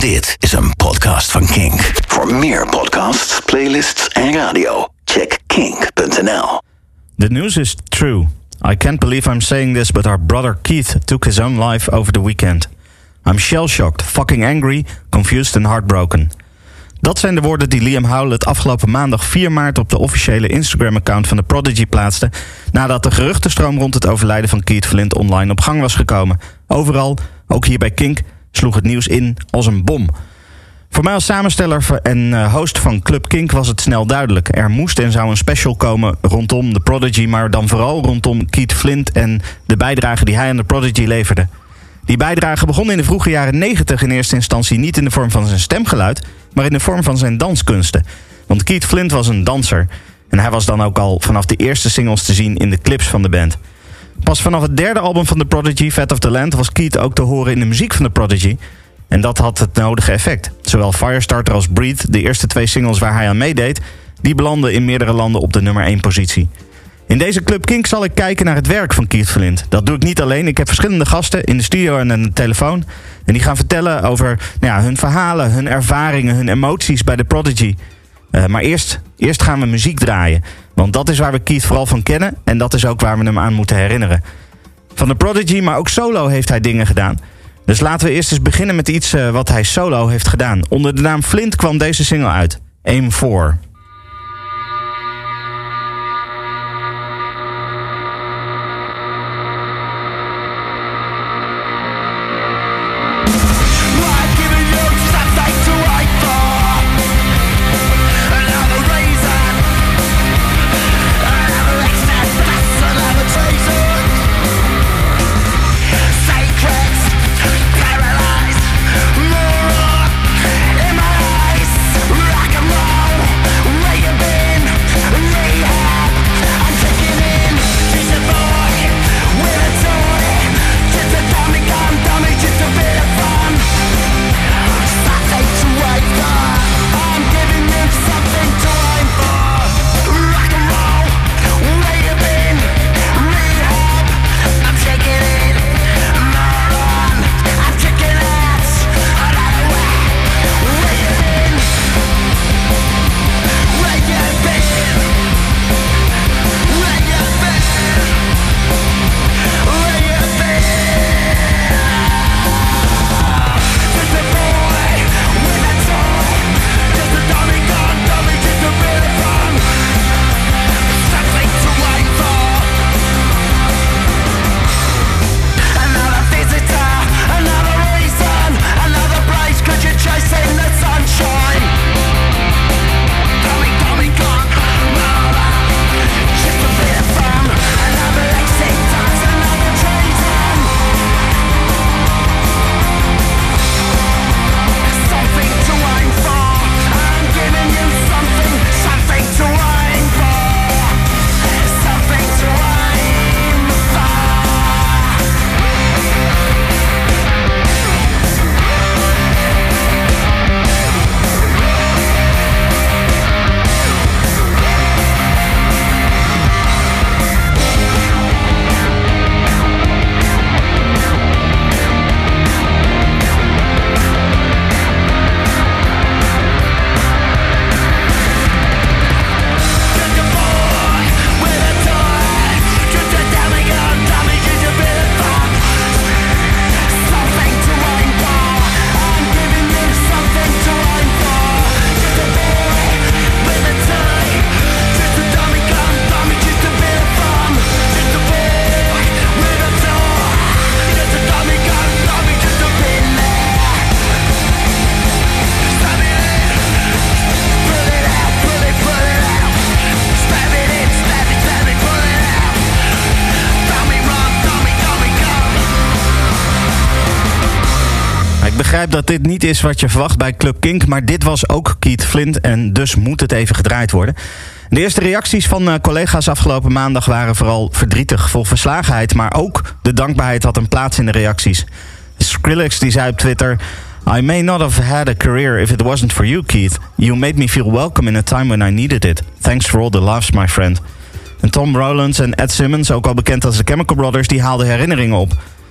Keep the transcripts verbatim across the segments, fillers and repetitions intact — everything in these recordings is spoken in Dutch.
Dit is een podcast van Kink. Voor meer podcasts, playlists en radio, check kink punt n l. The news is true. I can't believe I'm saying this, but our brother Keith took his own life over the weekend. I'm shell-shocked, fucking angry, confused and heartbroken. Dat zijn de woorden die Liam Howlett afgelopen maandag vier maart op de officiële Instagram-account van The Prodigy plaatste, nadat de geruchtenstroom rond het overlijden van Keith Flint online op gang was gekomen. Overal, ook hier bij Kink, sloeg het nieuws in als een bom. Voor mij als samensteller en host van Club Kink was het snel duidelijk. Er moest en zou een special komen rondom The Prodigy, maar dan vooral rondom Keith Flint en de bijdrage die hij aan The Prodigy leverde. Die bijdrage begon in de vroege jaren negentig in eerste instantie niet in de vorm van zijn stemgeluid, maar in de vorm van zijn danskunsten. Want Keith Flint was een danser en hij was dan ook al vanaf de eerste singles te zien in de clips van de band. Pas vanaf het derde album van The Prodigy, Fat of the Land, was Keith ook te horen in de muziek van The Prodigy. En dat had het nodige effect. Zowel Firestarter als Breathe, de eerste twee singles waar hij aan meedeed, die belanden in meerdere landen op de nummer één positie. In deze Club Kink zal ik kijken naar het werk van Keith Flint. Dat doe ik niet alleen. Ik heb verschillende gasten in de studio en aan de telefoon. En die gaan vertellen over nou ja, hun verhalen, hun ervaringen, hun emoties bij The Prodigy. Uh, maar eerst, eerst gaan we muziek draaien. Want dat is waar we Keith vooral van kennen. En dat is ook waar we hem aan moeten herinneren. Van The Prodigy, maar ook solo heeft hij dingen gedaan. Dus laten we eerst eens beginnen met iets uh, wat hij solo heeft gedaan. Onder de naam Flint kwam deze single uit. Aim for. Ik begrijp dat dit niet is wat je verwacht bij Club Kink, maar dit was ook Keith Flint en dus moet het even gedraaid worden. De eerste reacties van uh, collega's afgelopen maandag waren vooral verdrietig, vol verslagenheid, maar ook de dankbaarheid had een plaats in de reacties. Skrillex die zei op Twitter: I may not have had a career if it wasn't for you, Keith. You made me feel welcome in a time when I needed it. Thanks for all the laughs, my friend. En Tom Rowlands en Ed Simmons, ook al bekend als de Chemical Brothers, die haalden herinneringen op.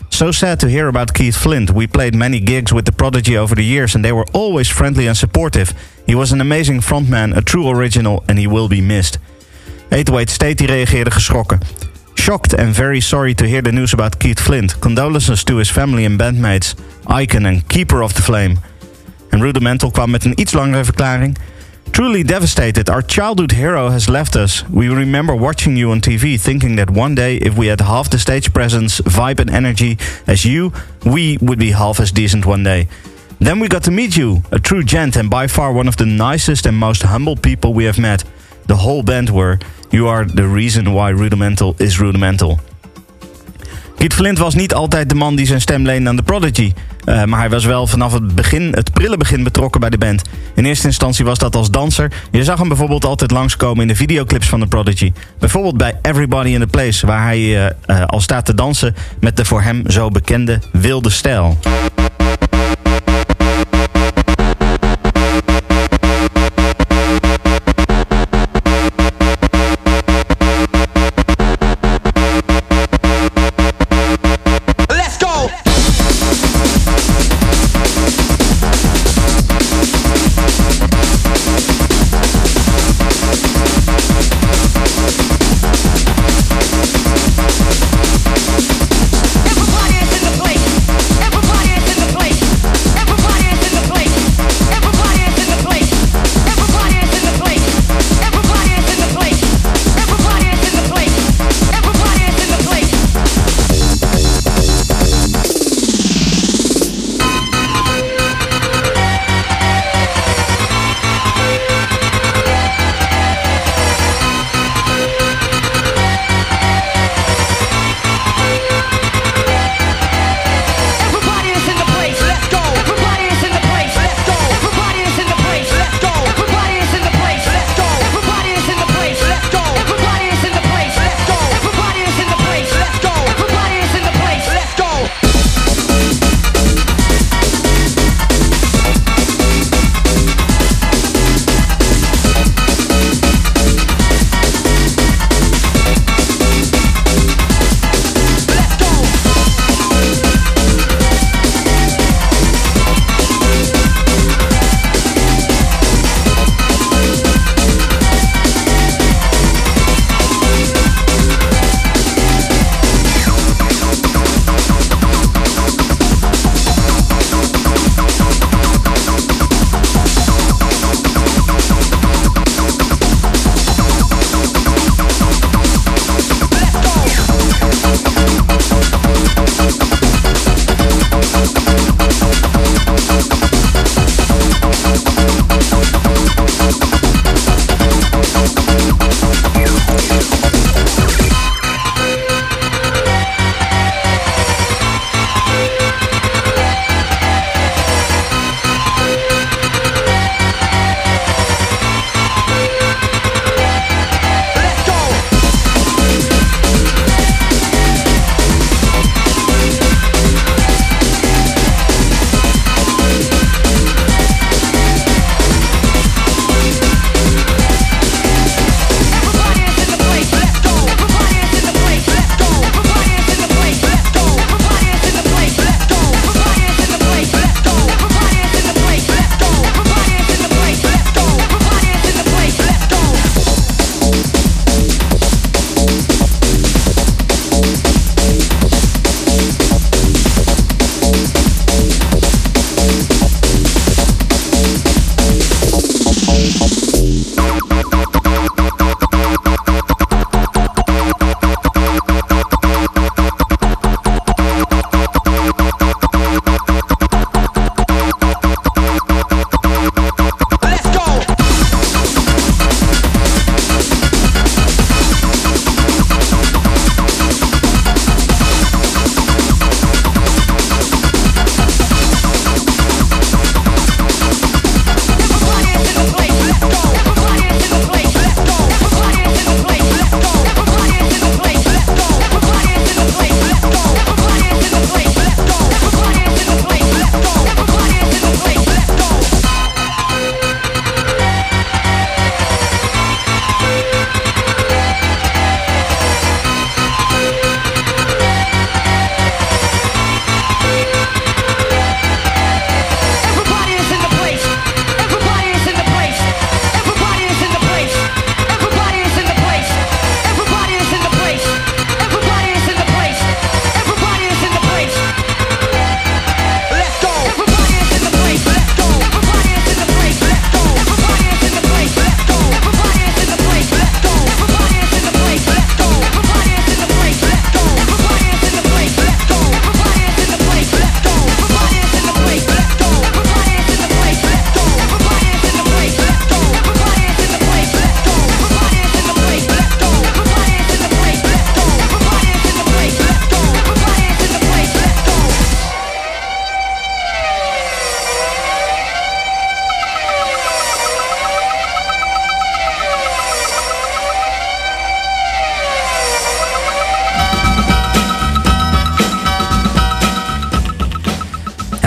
So sad to hear about Keith Flint. We played many gigs with the Prodigy over the years and they were always friendly and supportive. He was an amazing frontman, a true original and he will be missed. eight oh eight State die reageerde geschrokken. Shocked and very sorry to hear the news about Keith Flint. Condolences to his family and bandmates. Icon and keeper of the flame. En Rudimental kwam met een iets langere verklaring. Truly devastated, our childhood hero has left us. We remember watching you on T V, thinking that one day if we had half the stage presence, vibe and energy as you, we would be half as decent one day. Then we got to meet you, a true gent and by far one of the nicest and most humble people we have met. The whole band were. You are the reason why Rudimental is Rudimental. Keith Flint was niet altijd de man die zijn stem leende aan de Prodigy. Uh, maar hij was wel vanaf het begin, het prille begin betrokken bij de band. In eerste instantie was dat als danser. Je zag hem bijvoorbeeld altijd langskomen in de videoclips van de Prodigy. Bijvoorbeeld bij Everybody in the Place, waar hij uh, uh, al staat te dansen met de voor hem zo bekende wilde stijl. Everybody is in the place. Everybody is in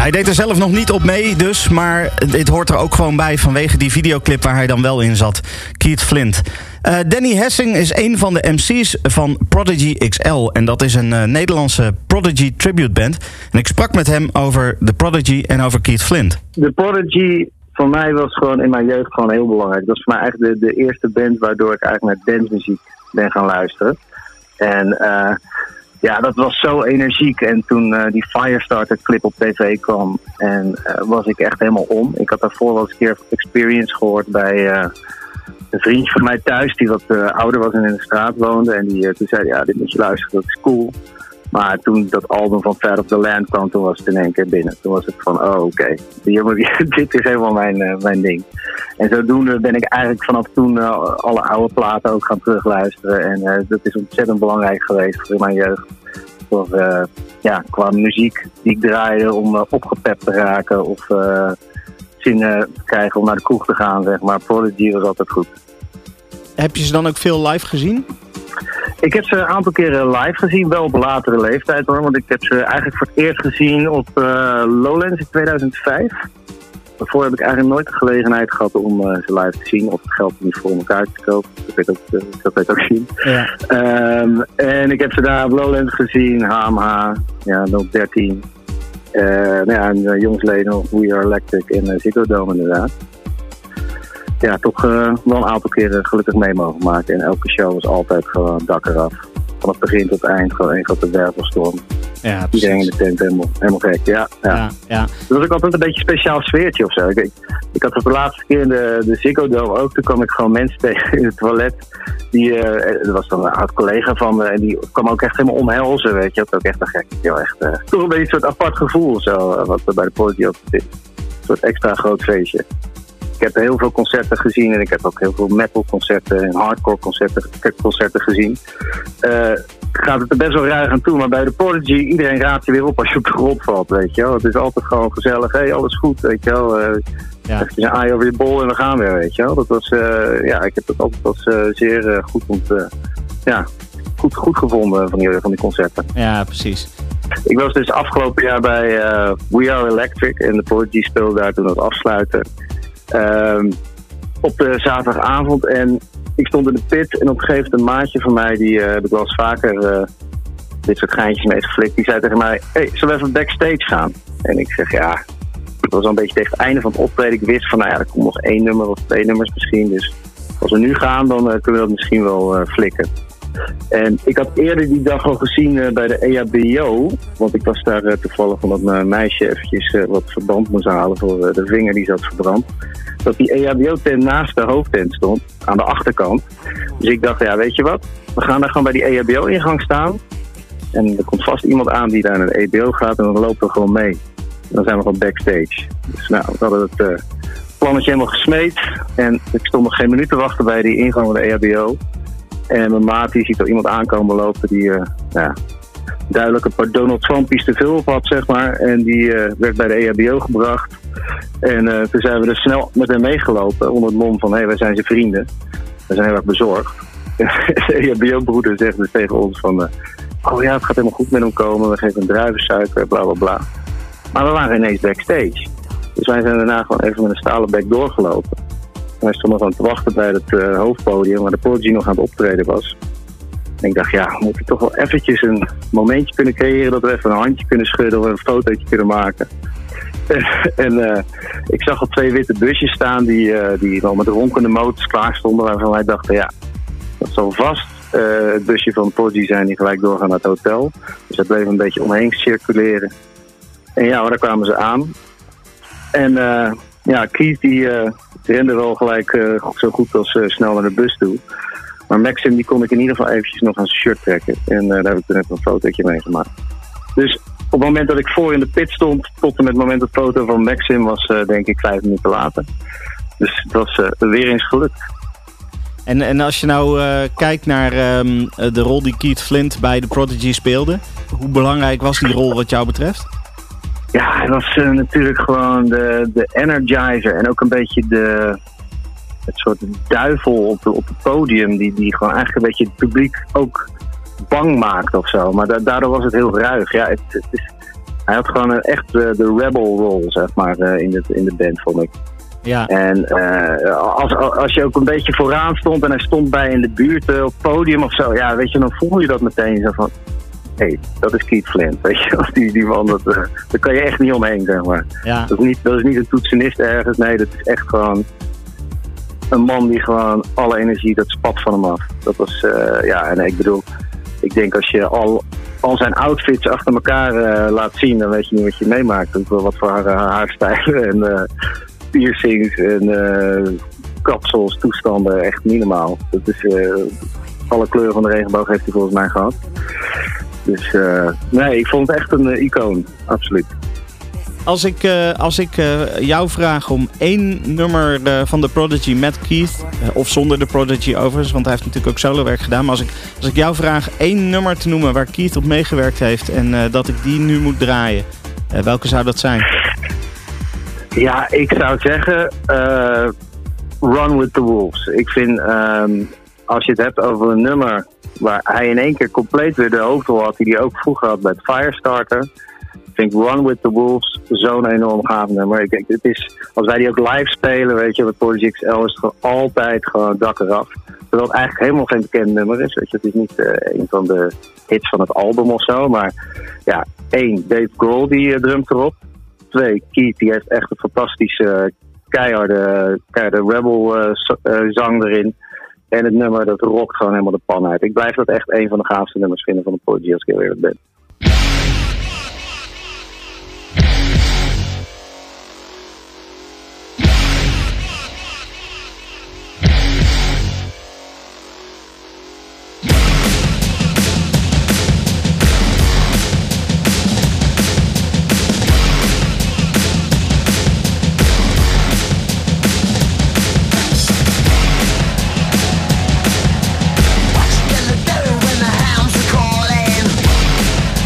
Hij deed er zelf nog niet op mee dus, maar dit hoort er ook gewoon bij vanwege die videoclip waar hij dan wel in zat. Keith Flint. Uh, Danny Hessing is een van de M C's van Prodigy X L en dat is een uh, Nederlandse Prodigy tribute band. En ik sprak met hem over de Prodigy en over Keith Flint. De Prodigy voor mij was gewoon in mijn jeugd gewoon heel belangrijk. Dat was voor mij eigenlijk de, de eerste band waardoor ik eigenlijk naar dancemuziek ben gaan luisteren. En uh, ja, dat was zo energiek. En toen uh, die Firestarter clip op tv kwam, en uh, was ik echt helemaal om. Ik had daarvoor wel eens een keer Experience gehoord bij uh, een vriendje van mij thuis, die wat uh, ouder was en in de straat woonde. En die uh, toen zei, ja, dit moet je luisteren, dat is cool. Maar toen dat album van Fat of the Land kwam, toen was het in één keer binnen. Toen was het van, oh oké, okay. Dit is helemaal mijn, uh, mijn ding. En zodoende ben ik eigenlijk vanaf toen uh, alle oude platen ook gaan terugluisteren. En uh, dat is ontzettend belangrijk geweest voor mijn jeugd. Voor, uh, ja, qua muziek die ik draaide om uh, opgepept te raken of uh, zin uh, te krijgen om naar de kroeg te gaan, zeg maar. Prodigy was altijd goed. Heb je ze dan ook veel live gezien? Ik heb ze een aantal keren live gezien, wel op een latere leeftijd hoor. Want ik heb ze eigenlijk voor het eerst gezien op uh, Lowlands in tweeduizend vijf. Daarvoor heb ik eigenlijk nooit de gelegenheid gehad om uh, ze live te zien. Of het geld niet voor om elkaar te kopen. Dat weet ik ook, uh, dat weet ik ook zien. Ja. Um, en ik heb ze daar op Lowlands gezien, H M H, ja, nul dertien. Uh, nou ja, en uh, jongsleden nog We Are Electric in uh, Ziggo Dome inderdaad. Ja, toch uh, wel een aantal keren gelukkig mee mogen maken. En elke show was altijd gewoon dak eraf. Vanaf begin tot eind gewoon één grote wervelstorm. Ja, iedereen in de tent helemaal, helemaal gek. Ja, ja. Ja, ja. Dat was ook altijd een beetje een speciaal sfeertje of zo. Ik, ik, ik had het de laatste keer in de, de Ziggo Dome ook. Toen kwam ik gewoon mensen tegen in het toilet. Die, uh, er was dan een oud collega van me. En die kwam ook echt helemaal omhelzen, weet je. Dat was ook echt een gek. Heel echt, uh, toch een beetje een soort apart gevoel of zo. Uh, wat er bij de Prodigy ook zit. Een soort extra groot feestje. Ik heb heel veel concerten gezien en ik heb ook heel veel metal concerten en hardcore concerten, concerten gezien. Uh, gaat het er best wel ruig aan toe, maar bij de Prodigy, iedereen raadt je weer op als je op de grond valt, weet je wel. Het is altijd gewoon gezellig, hé, hey, alles goed, weet je wel. Uh, ja. Even een aai over je bol en we gaan weer, weet je wel. Dat was, uh, ja, ik heb het altijd als uh, zeer uh, goed, ont, uh, ja, goed, goed gevonden van die, van die concerten. Ja, precies. Ik was dus afgelopen jaar bij uh, We Are Electric en de Prodigy speelde daar toen het afsluiten. Um, op de zaterdagavond en ik stond in de pit en op een gegeven moment een maatje van mij, die uh, heb ik wel eens vaker uh, dit soort geintjes mee geflikt, die zei tegen mij, hey, zullen we even backstage gaan? En ik zeg ja, het was al een beetje tegen het einde van het optreden. Ik wist van nou ja, er komt nog één nummer of twee nummers misschien, dus als we nu gaan dan uh, kunnen we dat misschien wel uh, flikken. En ik had eerder die dag al gezien uh, bij de E H B O, want ik was daar uh, toevallig omdat mijn meisje eventjes uh, wat verband moest halen voor uh, de vinger die zat verbrand. Dat die E H B O-tent naast de hoofdtent stond, aan de achterkant. Dus ik dacht, ja weet je wat, we gaan daar gewoon bij die E H B O-ingang staan. En er komt vast iemand aan die daar naar de E H B O gaat en dan lopen we gewoon mee. En dan zijn we gewoon backstage. Dus nou, we hadden het uh, plannetje helemaal gesmeed. En ik stond nog geen minuut te wachten bij die ingang van de E H B O. En mijn maat die ziet er iemand aankomen lopen die uh, ja, duidelijk een paar Donald Trumpies te veel op had, zeg maar. En die uh, werd bij de E H B O gebracht. En uh, toen zijn we er snel met hem meegelopen onder het mom van, hé, hey, wij zijn zijn vrienden. We zijn heel erg bezorgd. De E H B O-broeder zegt dus tegen ons van, uh, oh ja, het gaat helemaal goed met hem komen. We geven hem druivensuiker, bla bla bla. Maar we waren ineens backstage. Dus wij zijn daarna gewoon even met een stalen bek doorgelopen. Wij stonden gewoon te wachten bij het uh, hoofdpodium waar de Prodigy nog aan het optreden was. En ik dacht, ja, we moeten toch wel eventjes een momentje kunnen creëren dat we even een handje kunnen schudden of een fotootje kunnen maken. en uh, ik zag al twee witte busjes staan die, uh, die al met ronkende motors klaar stonden, waarvan wij dachten, ja, dat zal vast uh, het busje van de Prodigy zijn die gelijk doorgaan naar het hotel. Dus dat bleef een beetje omheen circuleren. En ja, maar daar kwamen ze aan. En uh, ja, Keith die uh, rende wel gelijk uh, zo goed als uh, snel naar de bus toe. Maar Maxim die kon ik in ieder geval eventjes nog aan zijn shirt trekken. En uh, daar heb ik toen even een fotootje mee gemaakt. Dus op het moment dat ik voor in de pit stond, tot en met het moment dat de foto van Maxim was, uh, denk ik vijf minuten later. Dus het was uh, weer eens gelukt. En, en als je nou uh, kijkt naar um, de rol die Keith Flint bij de Prodigy speelde, hoe belangrijk was die rol wat jou betreft? Ja, hij was uh, natuurlijk gewoon de, de energizer en ook een beetje de, het soort duivel op, de, op het podium die, die gewoon eigenlijk een beetje het publiek ook bang maakt of zo. Maar da- daardoor was het heel ruig. Ja, het, het is, Hij had gewoon een, echt uh, de rebel role, zeg maar, uh, in, de, in de band, vond ik. Ja. En uh, als, als je ook een beetje vooraan stond en hij stond bij in de buurt uh, op het podium of zo, ja, weet je, dan voel je dat meteen zo van, hé, hey, dat is Keith Flint, weet je, die, die man, dat, uh, daar kan je echt niet omheen, zeg maar. Ja. Dat is niet, dat is niet een toetsenist ergens, nee, dat is echt gewoon een man die gewoon alle energie, dat spat van hem af. Dat was, uh, ja, en ik bedoel, ik denk als je al, al zijn outfits achter elkaar uh, laat zien, dan weet je niet wat je meemaakt. Ook wel wat voor haar, haar haarstijlen en uh, piercings en uh, kapsels, toestanden, echt niet normaal. Dat is, uh, alle kleuren van de regenboog heeft hij volgens mij gehad. Dus uh, nee, ik vond het echt een uh, icoon, absoluut. Als ik, uh, als ik uh, jou vraag om één nummer uh, van The Prodigy met Keith, uh, of zonder The Prodigy overigens, want hij heeft natuurlijk ook solowerk gedaan, maar als ik, als ik jou vraag één nummer te noemen waar Keith op meegewerkt heeft en uh, dat ik die nu moet draaien, uh, welke zou dat zijn? Ja, ik zou zeggen uh, Run with the Wolves. Ik vind, um, als je het hebt over een nummer waar hij in één keer compleet weer de hoofdrol had, die hij ook vroeger had bij Firestarter. Ik vind Run with the Wolves zo'n enorm gaaf nummer. Ik, het is, als wij die ook live spelen, weet je, met Prodigy X L is het gewoon altijd gewoon dak eraf. Terwijl het eigenlijk helemaal geen bekend nummer is. Weet je, het is niet uh, een van de hits van het album of zo. Maar ja, één, Dave Grohl die uh, drumt erop. Twee, Keith die heeft echt een fantastische keiharde, keiharde rebel uh, uh, zang erin. En het nummer dat rockt gewoon helemaal de pan uit. Ik blijf dat echt een van de gaafste nummers vinden van de Prodigy als ik heel eerlijk ben. What you gonna do when the hounds are calling?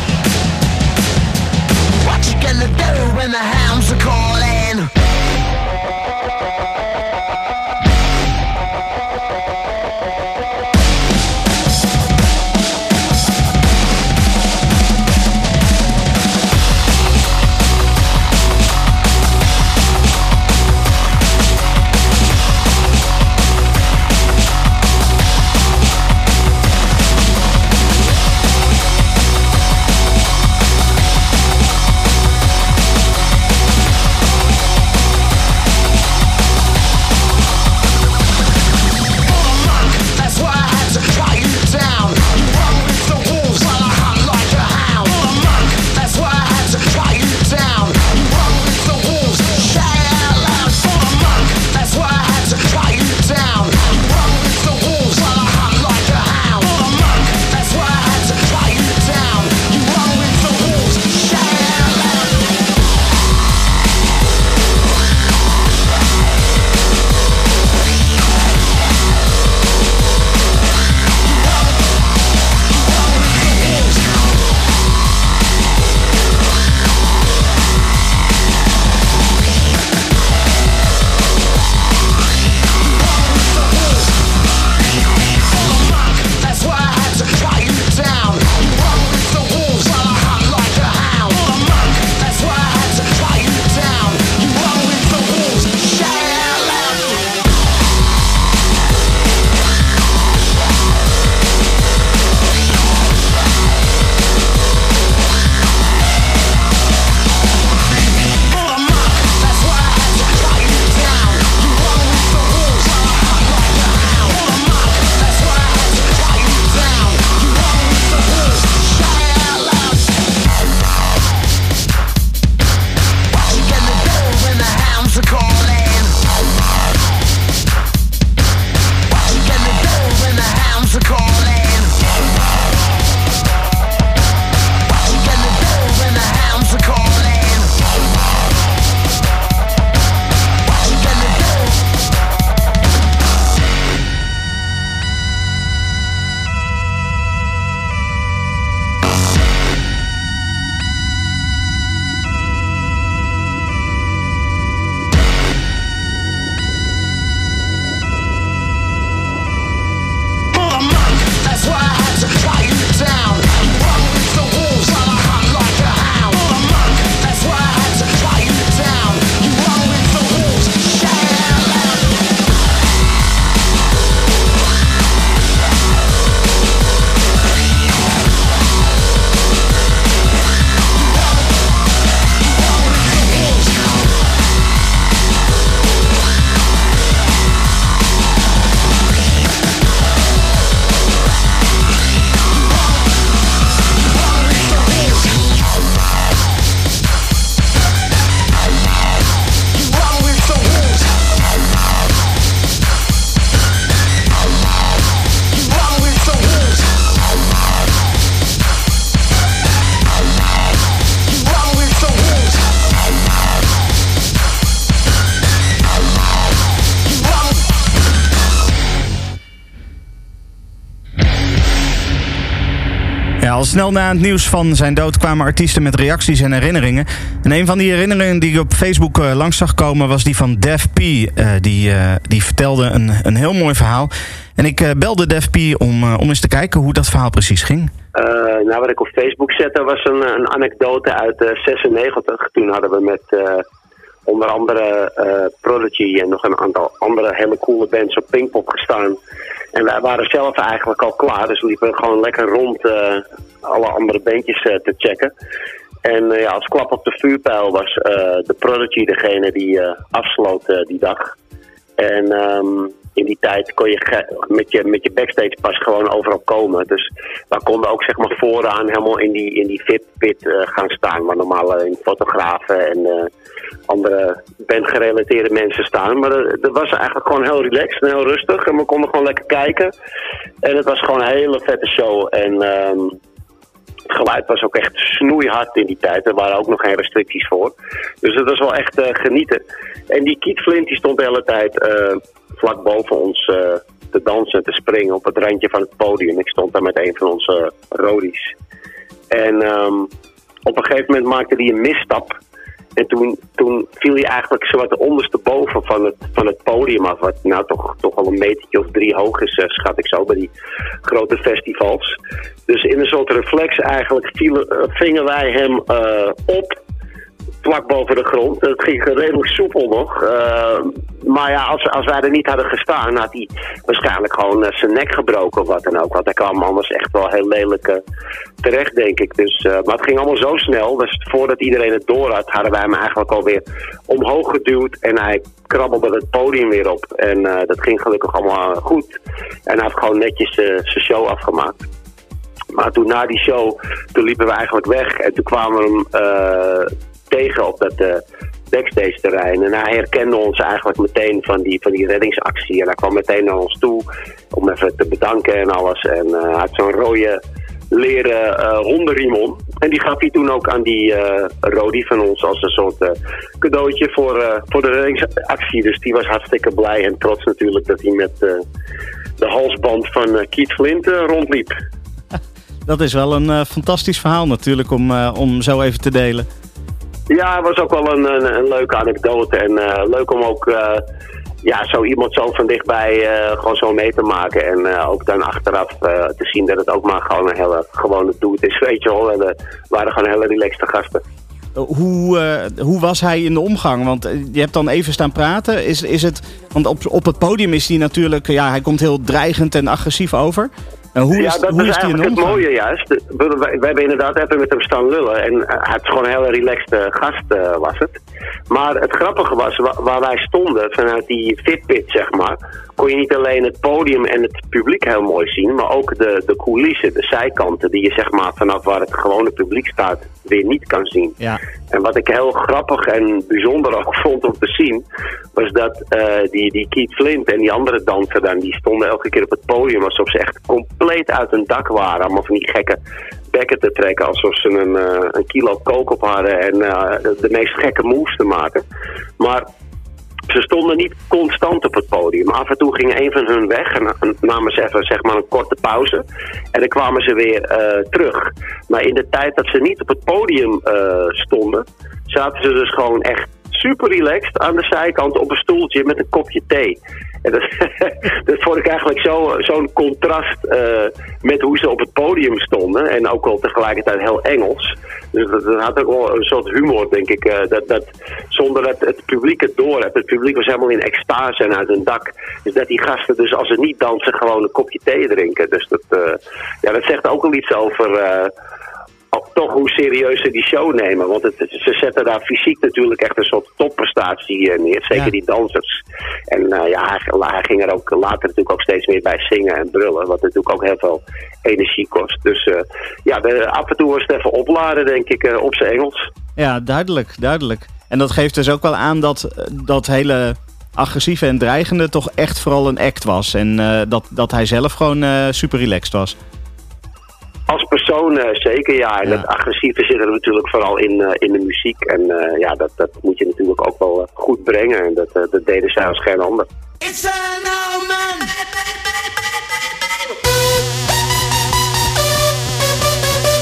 al snel na het nieuws van zijn dood kwamen artiesten met reacties en herinneringen. En een van die herinneringen die ik op Facebook uh, langs zag komen was die van Def P. Uh, die, uh, die vertelde een, een heel mooi verhaal. En ik uh, belde Def P om, uh, om eens te kijken hoe dat verhaal precies ging. Uh, nou, wat ik op Facebook zette was een, een anekdote uit uh, zesennegentig. Toen hadden we met uh, onder andere uh, Prodigy en nog een aantal andere hele coole bands op Pinkpop gestaan. En wij waren zelf eigenlijk al klaar, dus we liepen gewoon lekker rond uh, alle andere bandjes uh, te checken. En uh, ja, als klap op de vuurpijl was uh, de Prodigy degene die uh, afsloot uh, die dag. En um, in die tijd kon je ge- met je, met je backstage pas gewoon overal komen. Dus we konden ook zeg maar vooraan helemaal in die, in die V I P-pit uh, gaan staan. Waar normaal uh, fotografen en uh, andere bandgerelateerde mensen staan. Maar uh, dat was eigenlijk gewoon heel relaxed en heel rustig. En we konden gewoon lekker kijken. En het was gewoon een hele vette show. En um, het geluid was ook echt snoeihard in die tijd. Er waren ook nog geen restricties voor. Dus het was wel echt uh, genieten. En die Keith Flint die stond de hele tijd uh, vlak boven ons uh, te dansen, te springen op het randje van het podium. Ik stond daar met een van onze uh, rodies. En um, op een gegeven moment maakte hij een misstap. En toen, toen viel hij eigenlijk zowat de ondersteboven van het, van het podium af. Wat nou toch, toch al een metertje of drie hoog is, uh, schat ik zo, bij die grote festivals. Dus in een soort reflex eigenlijk vielen, uh, vingen wij hem uh, op. Vlak boven de grond. Het ging redelijk soepel nog. Uh, maar ja, als, als wij er niet hadden gestaan, had hij waarschijnlijk gewoon uh, zijn nek gebroken of wat dan ook. Want hij kwam anders echt wel heel lelijk uh, terecht, denk ik. Dus, uh, maar het ging allemaal zo snel. Dus voordat iedereen het door had, hadden wij hem eigenlijk alweer omhoog geduwd. En hij krabbelde het podium weer op. En uh, dat ging gelukkig allemaal goed. En hij heeft gewoon netjes uh, zijn show afgemaakt. Maar toen na die show, toen liepen we eigenlijk weg. En toen kwamen we hem Uh, tegen op dat uh, backstage terrein. En hij herkende ons eigenlijk meteen van die, van die reddingsactie. En hij kwam meteen naar ons toe om even te bedanken en alles. En uh, hij had zo'n rode leren uh, hondenriem om. En die gaf hij toen ook aan die uh, Rodi van ons als een soort uh, cadeautje voor, uh, voor de reddingsactie. Dus die was hartstikke blij en trots natuurlijk dat hij met uh, de halsband van uh, Keith Flint uh, rondliep. Dat is wel een uh, fantastisch verhaal natuurlijk om, uh, om zo even te delen. Ja, het was ook wel een, een, een leuke anekdote. En uh, leuk om ook uh, ja, zo iemand zo van dichtbij uh, gewoon zo mee te maken. En uh, ook dan achteraf uh, te zien dat het ook maar gewoon een hele gewone dude is. Weet je wel, en, uh, waren gewoon hele relaxte gasten. Hoe, uh, hoe was hij in de omgang? Want je hebt dan even staan praten. Is, is het, want op, op het podium is hij natuurlijk, ja, hij komt heel dreigend en agressief over. Uh, hoe ja, is, dat hoe is, is eigenlijk het mooie juist. We, we, we hebben inderdaad even met hem staan lullen. En uh, hij is gewoon een hele relaxed gast uh, was het. Maar het grappige was, wa- waar wij stonden, vanuit die V I P-pit zeg maar, kon je niet alleen het podium en het publiek heel mooi zien, maar ook de, de coulissen, de zijkanten, die je zeg maar vanaf waar het gewone publiek staat weer niet kan zien. Ja. En wat ik heel grappig en bijzonder ook vond om te zien, was dat uh, die, die Keith Flint en die andere danser dan, die stonden elke keer op het podium alsof ze echt compleet uit hun dak waren. Allemaal van die gekke bekken te trekken, alsof ze een, uh, een kilo kook op hadden en uh, de meest gekke moves te maken. Maar ze stonden niet constant op het podium. Af en toe ging een van hun weg en namen ze even zeg maar, een korte pauze. En dan kwamen ze weer uh, terug. Maar in de tijd dat ze niet op het podium uh, stonden, zaten ze dus gewoon echt super relaxed aan de zijkant op een stoeltje met een kopje thee. En dat, dat vond ik eigenlijk zo, zo'n contrast uh, met hoe ze op het podium stonden. En ook wel tegelijkertijd heel Engels. Dus dat, dat had ook wel een soort humor, denk ik. Uh, dat, dat, zonder dat het publiek het doorhebt. Het publiek was helemaal in extase en uit hun dak. Dus dat die gasten dus als ze niet dansen gewoon een kopje thee drinken. Dus dat, uh, ja, dat zegt ook wel iets over Uh, toch hoe serieus ze die show nemen. Want het, ze zetten daar fysiek natuurlijk echt een soort topprestatie neer. Zeker ja. Die dansers. En uh, ja, hij, hij ging er ook later natuurlijk ook steeds meer bij zingen en brullen. Wat natuurlijk ook heel veel energie kost. Dus uh, ja, de, af en toe was het even opladen, denk ik, uh, op zijn Engels. Ja, duidelijk, duidelijk. En dat geeft dus ook wel aan dat dat hele agressieve en dreigende toch echt vooral een act was. En uh, dat, dat hij zelf gewoon uh, super relaxed was. Als persoon uh, zeker, ja. En ja. Dat agressieve zit er natuurlijk vooral in, uh, in de muziek. En uh, ja, dat, dat moet je natuurlijk ook wel uh, goed brengen. En dat, uh, dat deden zij als geen ander. It's a no man.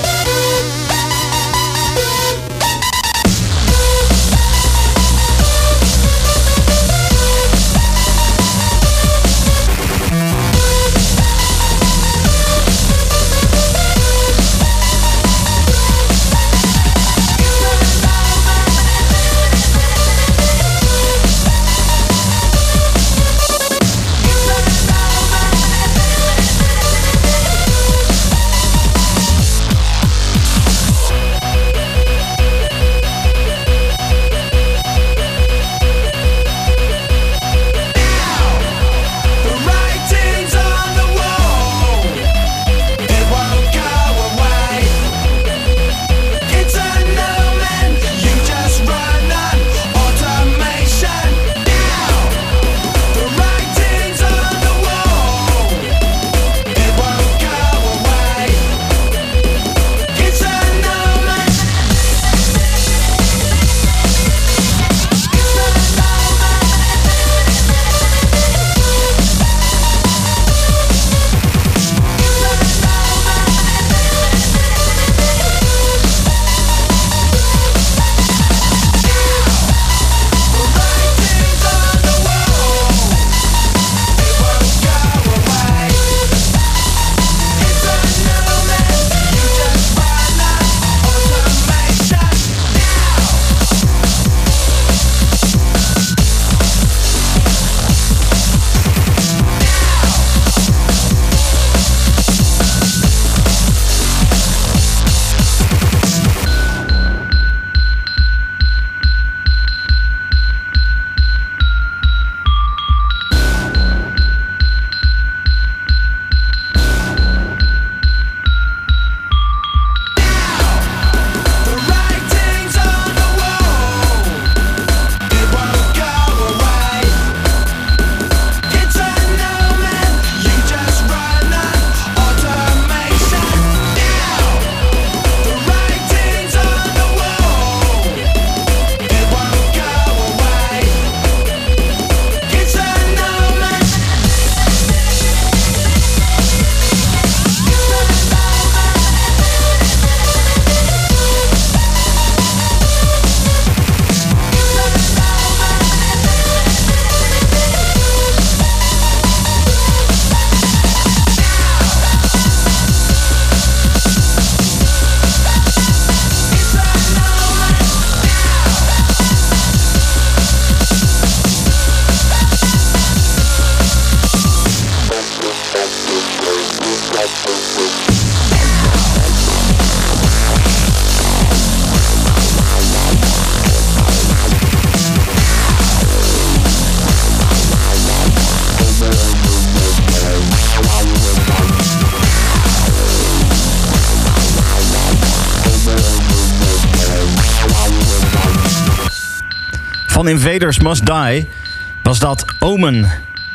Van Invaders Must Die was dat Omen.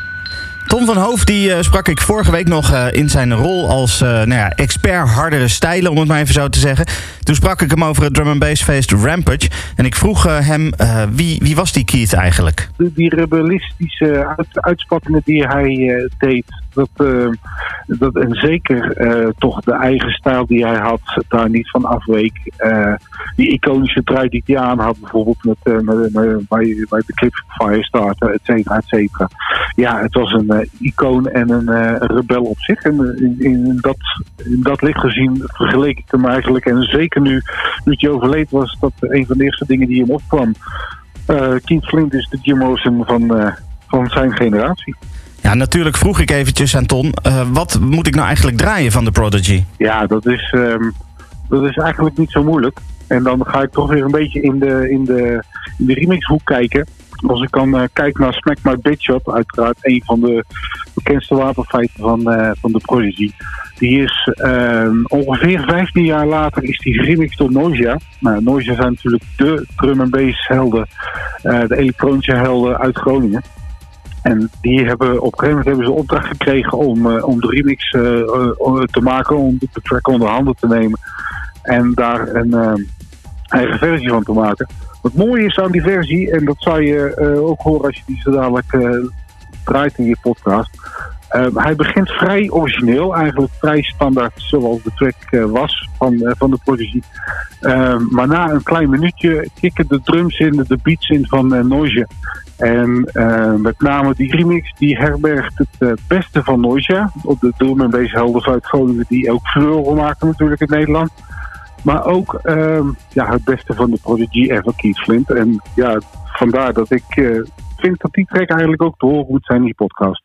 Tom van Hoof die, uh, sprak ik vorige week nog uh, in zijn rol als uh, nou ja, expert hardere stijlen, om het maar even zo te zeggen. Toen sprak ik hem over het drum and bass feest Rampage. En ik vroeg uh, hem, uh, wie, wie was die Keith eigenlijk? Die, die rebellistische uit, uitspattingen die hij uh, deed, dat, uh, dat, en zeker uh, toch de eigen stijl die hij had, daar niet van afweek. Uh, die iconische trui die hij aan had, bijvoorbeeld met, uh, met, met, bij, bij de clip van Firestarter, et cetera, et cetera. Ja, het was een uh, icoon en een uh, rebel op zich. En in, in, dat, in dat licht gezien vergeleek ik hem eigenlijk. En zeker nu, nu hij overleed, was dat een van de eerste dingen die hem opkwam. Uh, Keith Flint is de Jim Morrison van, uh, van zijn generatie. Ja, natuurlijk vroeg ik eventjes aan Ton, uh, wat moet ik nou eigenlijk draaien van The Prodigy? Ja, dat is, um, dat is eigenlijk niet zo moeilijk. En dan ga ik toch weer een beetje in de, in de, in de remixhoek kijken. Als ik dan uh, kijk naar Smack My Bitch Up, uiteraard een van de bekendste wapenfeiten van, uh, van The Prodigy. Die is uh, ongeveer vijftien jaar later is die geremixed door Noisia. Nou, Noisia zijn natuurlijk de drum and bass helden, uh, de elektronische helden uit Groningen. En die hebben op een gegeven moment hebben ze opdracht gekregen om, uh, om de remix uh, uh, te maken, om de track onder handen te nemen. En daar een uh, eigen versie van te maken. Wat mooi is aan die versie, en dat zou je uh, ook horen als je die zo dadelijk uh, draait in je podcast. Uh, hij begint vrij origineel, eigenlijk vrij standaard zoals de track uh, was van, uh, van de Prodigy. Uh, maar na een klein minuutje kicken de drums in, de beats in van uh, Noisia. En uh, met name die remix die herbergt het uh, beste van Noisia. Op de drum and bass helden uit Groningen die ook furore maken natuurlijk in Nederland. Maar ook uh, ja, het beste van de Prodigy en van Keith Flint. En ja, vandaar dat ik uh, vind dat die track eigenlijk ook te horen moet zijn in die podcast.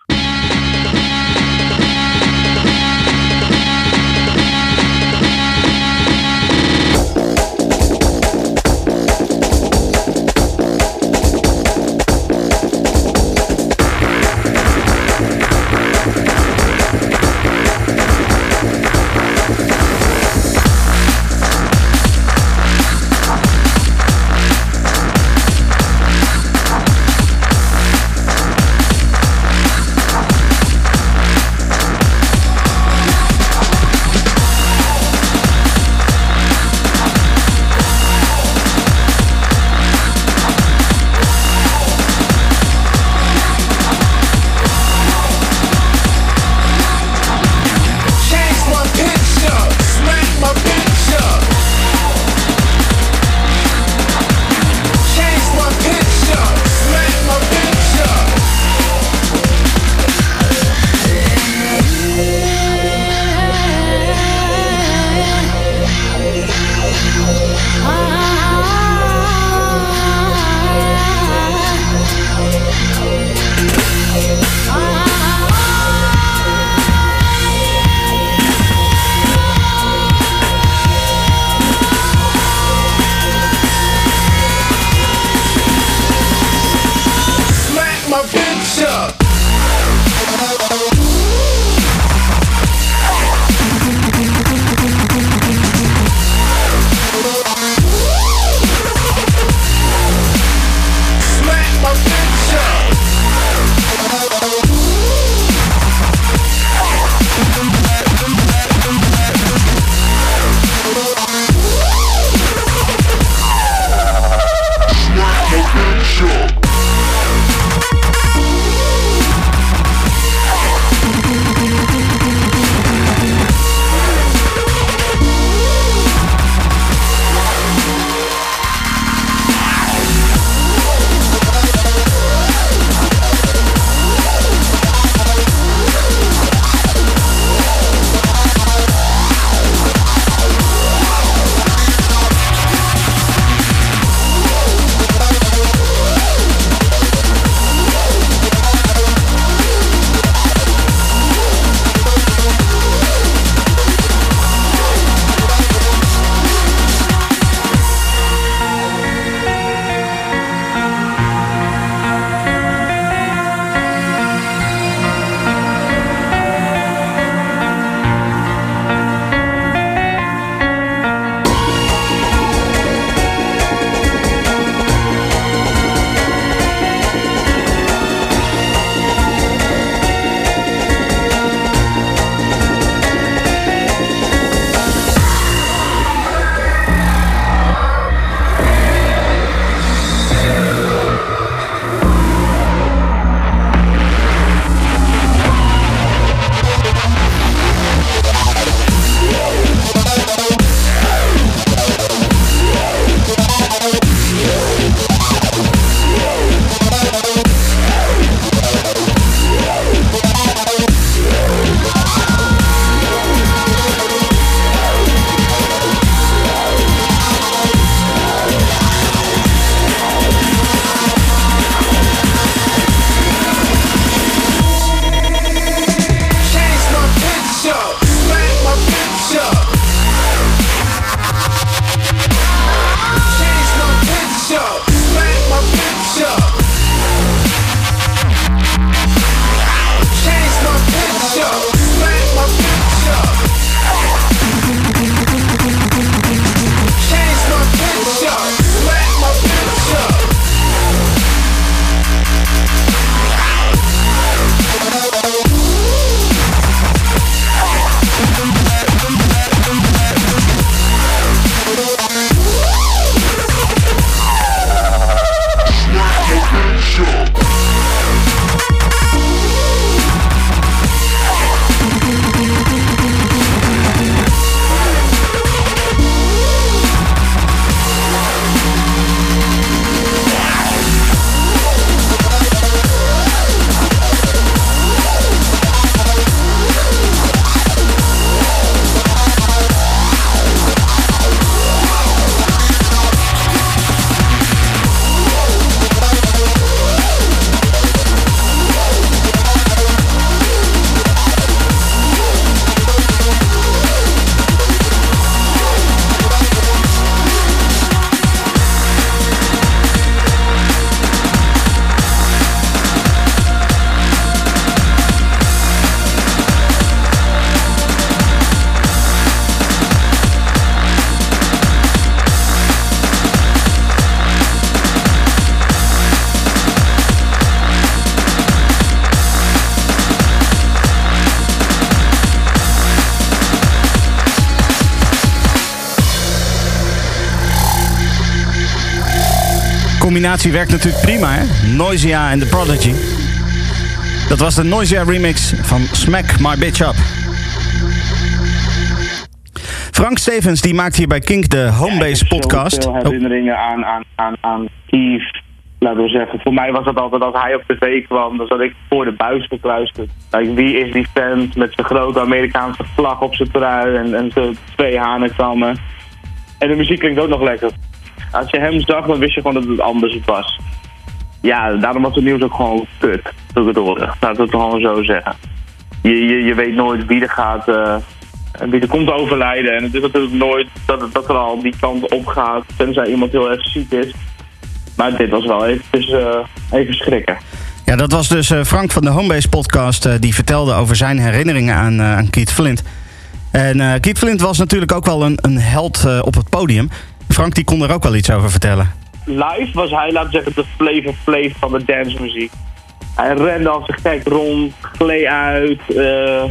combinatie werkt natuurlijk prima, hè? Noisia en The Prodigy. Dat was de Noisia remix van Smack My Bitch Up. Frank Stevens die maakt hier bij Kink de Homebase ja, podcast. Veel herinneringen oh. aan, aan, aan, aan Keith. Laten we zeggen, voor mij was het altijd als hij op tv kwam, dan zat ik voor de buis gekluisterd. Like, wie is die fan met zijn grote Amerikaanse vlag op zijn trui en, en zijn twee hanenkammen. En de muziek klinkt ook nog lekker. Als je hem zag, dan wist je gewoon dat het anders was. Ja, daarom was het nieuws ook gewoon kut, toen ik het hoorde. Laten we het gewoon zo zeggen. Je, je, je weet nooit wie er gaat, uh, wie er komt overlijden. En het is natuurlijk nooit dat, het, dat er al die kant op gaat, tenzij iemand heel erg ziek is. Maar dit was wel even, dus, uh, even schrikken. Ja, dat was dus uh, Frank van de Homebase podcast. Uh, die vertelde over zijn herinneringen aan, uh, aan Keith Flint. En uh, Keith Flint was natuurlijk ook wel een, een held uh, op het podium. Frank die kon er ook wel iets over vertellen. Live was hij, laten we zeggen, de Flavor Flav van de dancemuziek. Hij rende als een gek rond, gleed uit, uh,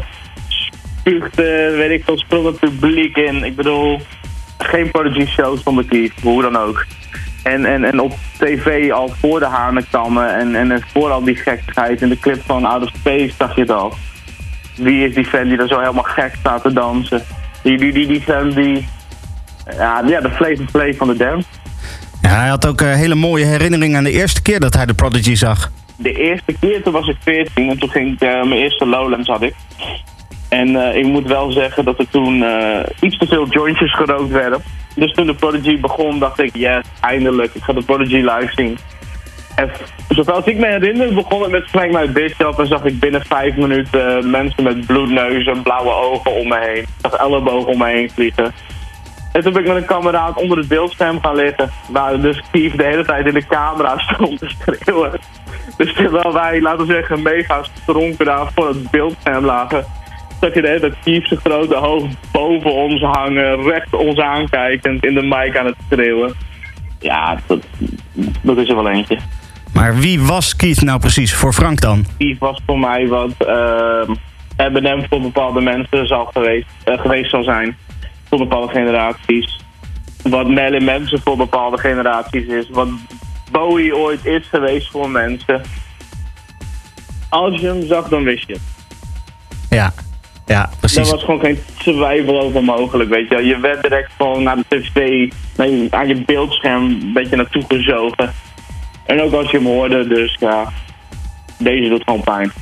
spuugde, weet ik veel, sprong het publiek in. Ik bedoel, geen Prodigy shows zonder Keith, hoe dan ook. En, en, en op tv al voor de hanenkammen en, en, en voor al die gekkigheid in de clip van Out of Space zag je het al. Wie is die fan die er zo helemaal gek staat te dansen? Die, die, die, die fan die... Ja, ja de Flavor Flav van de dance. Ja, hij had ook uh, hele mooie herinneringen aan de eerste keer dat hij de Prodigy zag. De eerste keer, toen was ik veertien en toen ging ik, uh, mijn eerste Lowlands had ik. En uh, ik moet wel zeggen dat er toen uh, iets te veel jointjes gerookt werden. Dus toen de Prodigy begon, dacht ik, yes, eindelijk, ik ga de Prodigy live zien. En zoals ik me herinner, begon het met Smack My Bitch Up en zag ik binnen vijf minuten uh, mensen met bloedneuzen, blauwe ogen om me heen. Ik zag ellebogen om me heen vliegen. En toen ben ik met een kameraad onder het beeldscherm gaan liggen, waar dus Keith de hele tijd in de camera stond te schreeuwen. Dus terwijl wij, laten we zeggen, mega stronken daar voor het beeldscherm lagen, zag je de hele tijd Keith zijn grote hoofd boven ons hangen, recht ons aankijkend, in de mic aan het schreeuwen. Ja, dat, dat is er wel eentje. Maar wie was Keith nou precies voor Frank dan? Keith was voor mij wat uh, M en M voor bepaalde mensen zal geweest, uh, geweest zal zijn. Voor bepaalde generaties. Wat Marilyn Manson voor bepaalde generaties is. Wat Bowie ooit is geweest voor mensen. Als je hem zag, dan wist je het. Ja, ja, precies. Er was gewoon geen twijfel over mogelijk, weet je. Je werd direct gewoon naar de tv, naar je, aan je beeldscherm een beetje naartoe gezogen. En ook als je hem hoorde, dus ja, deze doet gewoon pijn.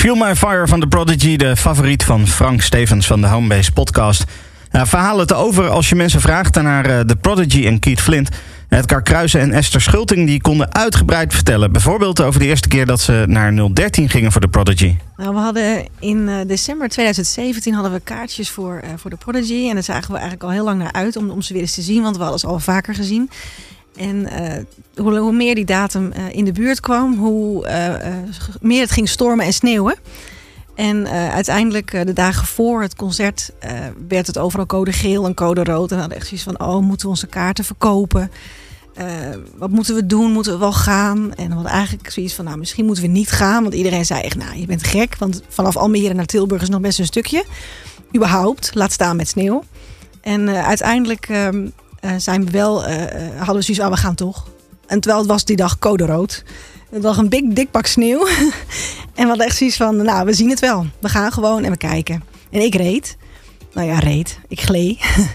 Fuel My Fire van The Prodigy, de favoriet van Frank Stevens van de Homebase podcast. Uh, verhalen te over als je mensen vraagt naar uh, The Prodigy en Keith Flint. Edgar Kruijsen en Esther Schulting die konden uitgebreid vertellen. Bijvoorbeeld over de eerste keer dat ze naar nul dertien gingen voor The Prodigy. Nou, we hadden in uh, december twintig zeventien hadden we kaartjes voor, uh, voor The Prodigy. En daar zagen we eigenlijk al heel lang naar uit om, om ze weer eens te zien. Want we hadden ze al vaker gezien. En uh, hoe, hoe meer die datum uh, in de buurt kwam, hoe uh, uh, meer het ging stormen en sneeuwen. En uh, uiteindelijk, uh, de dagen voor het concert, uh, werd het overal code geel en code rood. En we hadden echt zoiets van, oh, moeten we onze kaarten verkopen? Uh, wat moeten we doen? Moeten we wel gaan? En we hadden eigenlijk zoiets van, nou, misschien moeten we niet gaan. Want iedereen zei echt, nou, je bent gek. Want vanaf Almere naar Tilburg is nog best een stukje. Überhaupt, laat staan met sneeuw. En uh, uiteindelijk uh, uh, zijn we wel, uh, hadden we zoiets van, oh, we gaan toch. En terwijl het was die dag code rood. Het was een dik, dik pak sneeuw. En we hadden echt zoiets van, nou, we zien het wel. We gaan gewoon en we kijken. En ik reed. Nou ja, reed. Ik gleed.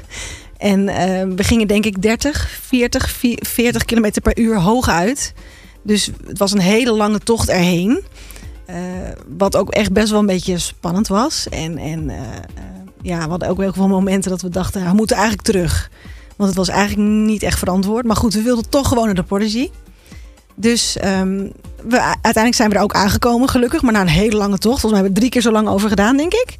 En uh, we gingen denk ik dertig, veertig, veertig kilometer per uur hoog uit. Dus het was een hele lange tocht erheen. Uh, wat ook echt best wel een beetje spannend was. En, en uh, uh, ja, we hadden ook heel veel momenten dat we dachten, nou, we moeten eigenlijk terug. Want het was eigenlijk niet echt verantwoord. Maar goed, we wilden toch gewoon naar de Prodigy. Dus um, we, uiteindelijk zijn we er ook aangekomen, gelukkig. Maar na een hele lange tocht. Volgens mij hebben we drie keer zo lang over gedaan, denk ik.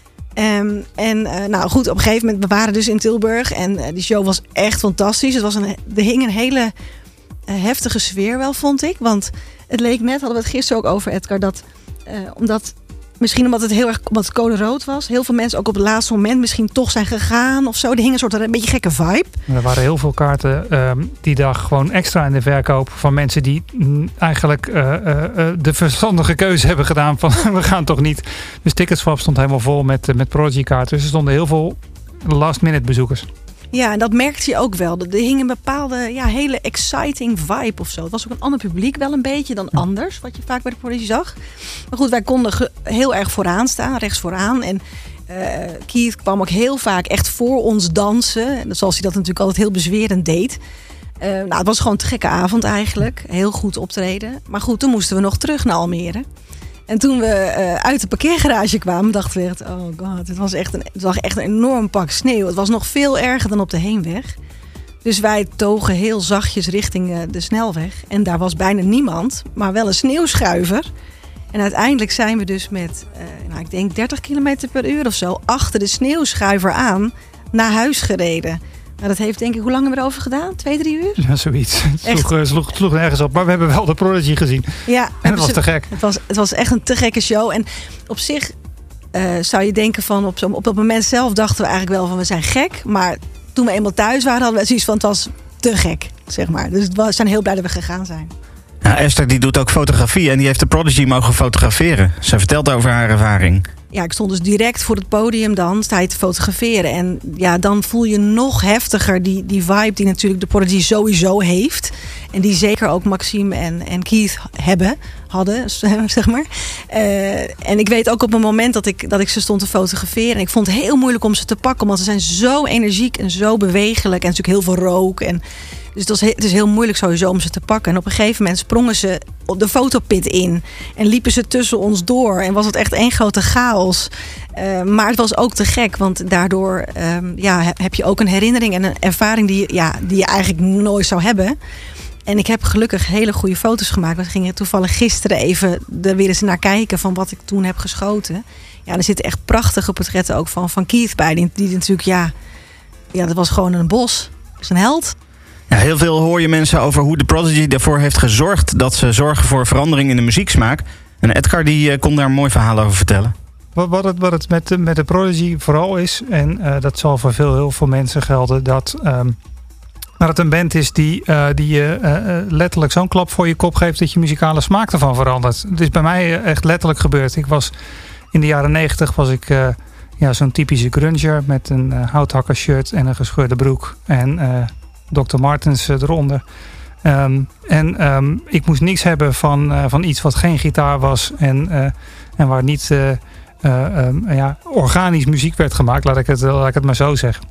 Um, en uh, nou goed, op een gegeven moment, we waren dus in Tilburg. En uh, die show was echt fantastisch. Het was een, er hing een hele uh, heftige sfeer wel, vond ik. Want het leek net, hadden we het gisteren ook over, Edgar, dat uh, omdat... Misschien omdat het heel erg omdat het code rood was. Heel veel mensen ook op het laatste moment misschien toch zijn gegaan of zo. Er hing een soort een beetje gekke vibe. Er waren heel veel kaarten um, die dag gewoon extra in de verkoop. Van mensen die mm, eigenlijk uh, uh, de verstandige keuze hebben gedaan van we gaan toch niet. Dus Ticketswap stond helemaal vol met, uh, met Prodigy kaarten. Dus er stonden heel veel last minute bezoekers. Ja, en dat merkte je ook wel. Er hing een bepaalde ja, hele exciting vibe of zo. Het was ook een ander publiek wel een beetje dan anders. Wat je vaak bij de Prodigy zag. Maar goed, wij konden ge- heel erg vooraan staan. Rechts vooraan. En uh, Keith kwam ook heel vaak echt voor ons dansen. Zoals hij dat natuurlijk altijd heel bezwerend deed. Uh, nou, het was gewoon een te gekke avond eigenlijk. Heel goed optreden. Maar goed, toen moesten we nog terug naar Almere. En toen we uh, uit de parkeergarage kwamen, dachten we echt, oh god, het was echt een, het was echt een enorm pak sneeuw. Het was nog veel erger dan op de heenweg. Dus wij togen heel zachtjes richting uh, de snelweg. En daar was bijna niemand, maar wel een sneeuwschuiver. En uiteindelijk zijn we dus met, uh, nou, ik denk dertig kilometer per uur of zo, achter de sneeuwschuiver aan naar huis gereden. Nou, dat heeft denk ik, hoe lang hebben we erover gedaan? Twee, drie uur? Ja, zoiets. Het sloeg, uh, sloeg, sloeg nergens op. Maar we hebben wel de Prodigy gezien. Ja. En dat was ze, te gek. Het was, het was echt een te gekke show. En op zich uh, zou je denken van... Op, zo, op dat moment zelf dachten we eigenlijk wel van we zijn gek. Maar toen we eenmaal thuis waren hadden we zoiets van het was te gek, zeg maar. Dus we zijn heel blij dat we gegaan zijn. Ja, Esther die doet ook fotografie en die heeft de Prodigy mogen fotograferen. Ze vertelt over haar ervaring. Ja, ik stond dus direct voor het podium dan, sta je te fotograferen. En ja, dan voel je nog heftiger die, die vibe die natuurlijk de Prodigy sowieso heeft. En die zeker ook Maxime en, en Keith hebben, hadden, zeg maar. Uh, en ik weet ook op een moment dat ik, dat ik ze stond te fotograferen. En ik vond het heel moeilijk om ze te pakken, want ze zijn zo energiek en zo bewegelijk. En natuurlijk heel veel rook. En dus het, was he- het is heel moeilijk sowieso om ze te pakken. En op een gegeven moment sprongen ze de fotopit in. En liepen ze tussen ons door. En was het echt één grote chaos. Uh, maar het was ook te gek. Want daardoor um, ja, heb je ook een herinnering en een ervaring die, ja, die je eigenlijk nooit zou hebben. En ik heb gelukkig hele goede foto's gemaakt. We gingen toevallig gisteren even er weer eens naar kijken van wat ik toen heb geschoten. Ja, er zitten echt prachtige portretten ook van, van Keith bij. Die, die natuurlijk, ja, ja, dat was gewoon een bos. Dat is een held. Ja, heel veel hoor je mensen over hoe de Prodigy ervoor heeft gezorgd dat ze zorgen voor verandering in de muzieksmaak. En Edgar die uh, kon daar een mooi verhaal over vertellen. Wat, wat het, wat het met, met de Prodigy vooral is, en uh, dat zal voor veel, heel veel mensen gelden, dat, um, dat het een band is die, uh, die je uh, uh, letterlijk zo'n klap voor je kop geeft dat je muzikale smaak ervan verandert. Het is bij mij echt letterlijk gebeurd. Ik was in de jaren negentig was ik uh, ja, zo'n typische grunger met een uh, houthakkershirt en een gescheurde broek en uh, dokter Martens uh, eronder. Um, en um, ik moest niks hebben van, uh, van iets wat geen gitaar was en, uh, en waar niet uh, uh, um, ja, organisch muziek werd gemaakt, laat ik het, laat ik het maar zo zeggen.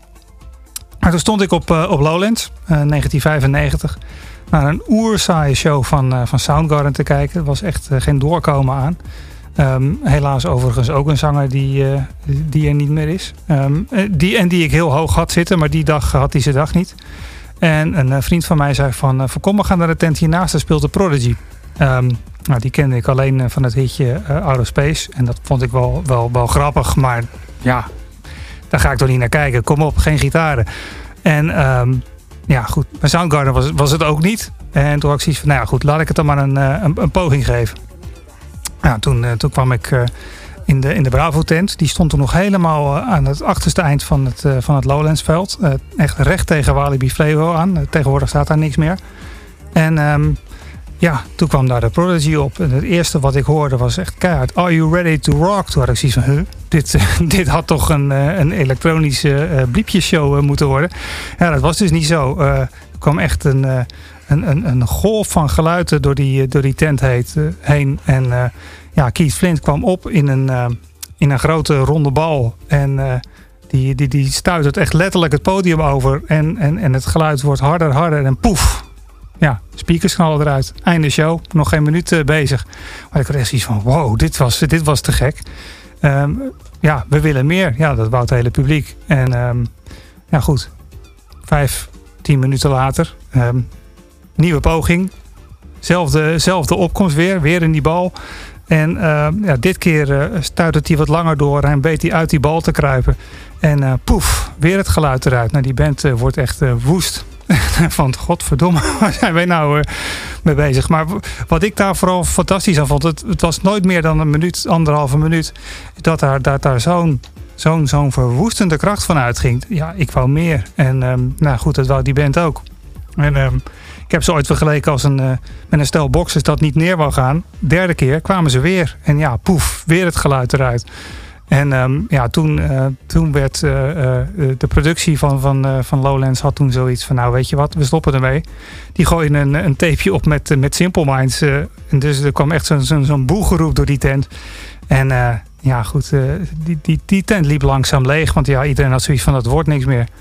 Maar toen stond ik op, uh, op Lowlands, uh, negentien vijfennegentig, naar een oersaaie show van, uh, van Soundgarden te kijken. Er was echt uh, geen doorkomen aan. Um, helaas overigens ook een zanger die, uh, die er niet meer is. Um, die, en die ik heel hoog had zitten, maar die dag had hij zijn dag niet. En een uh, vriend van mij zei van, uh, van kom, we gaan naar de tent hiernaast, daar speelt de Prodigy. Um, nou, die kende ik alleen uh, van het hitje uh, Out of Space. En dat vond ik wel, wel, wel grappig, maar ja, daar ga ik toch niet naar kijken. Kom op, geen gitaren. En um, ja, goed, bij Soundgarden was, was het ook niet. En toen had ik zoiets van, nou ja, goed, laat ik het dan maar een, een, een poging geven. Nou, toen, uh, toen kwam ik uh, in de, in de Bravo-tent. Die stond toen nog helemaal uh, aan het achterste eind van het, uh, van het Lowlands-veld. Uh, echt recht tegen Walibi Flevo aan. Uh, tegenwoordig staat daar niks meer. En um, ja, toen kwam daar de Prodigy op. En het eerste wat ik hoorde was echt keihard. Are you ready to rock? Toen had ik zoiets van, huh, dit, uh, dit had toch een, uh, een elektronische uh, bliepjeshow uh, moeten worden. Ja, dat was dus niet zo. Uh, er kwam echt een... Uh, Een, een, een golf van geluiden door die, door die tent heet, uh, heen. En uh, ja, Keith Flint kwam op in een, uh, in een grote ronde bal. En uh, die, die, die stuit het echt letterlijk het podium over. En, en, en het geluid wordt harder, harder. En poef! Ja, speakers knallen eruit. Einde show. Nog geen minuut uh, bezig. Maar ik had echt zoiets van, wow, dit was, dit was te gek. Um, ja, we willen meer. Ja, dat wou het hele publiek. En um, ja, goed. Vijf, tien minuten later... Um, Nieuwe poging. Zelfde, zelfde opkomst weer. Weer in die bal. En uh, ja, dit keer uh, stuitert hij wat langer door. En weet hij uit die bal te kruipen. En uh, poef, weer het geluid eruit. Nou, die band uh, wordt echt uh, woest. Van godverdomme, waar zijn wij nou uh, mee bezig? Maar wat ik daar vooral fantastisch aan vond. Het, het was nooit meer dan een minuut, anderhalve minuut. Dat daar, dat daar zo'n zo'n zo'n verwoestende kracht van uitging. Ja, ik wou meer. En um, nou goed, dat wou die band ook. En... Um, Ik heb ze ooit vergeleken als een, uh, met een stel boxers dat niet neer wou gaan. Derde keer kwamen ze weer. En ja, poef, weer het geluid eruit. En um, ja, toen, uh, toen werd uh, uh, de productie van, van, uh, van Lowlands had toen zoiets van... nou, weet je wat, we stoppen ermee. Die gooien een, een tapeje op met, met Simple Minds. Uh, en dus er kwam echt zo'n zo'n zo'n boelgeroep door die tent. En uh, ja, goed, uh, die, die, die tent liep langzaam leeg. Want ja, iedereen had zoiets van, dat wordt niks meer.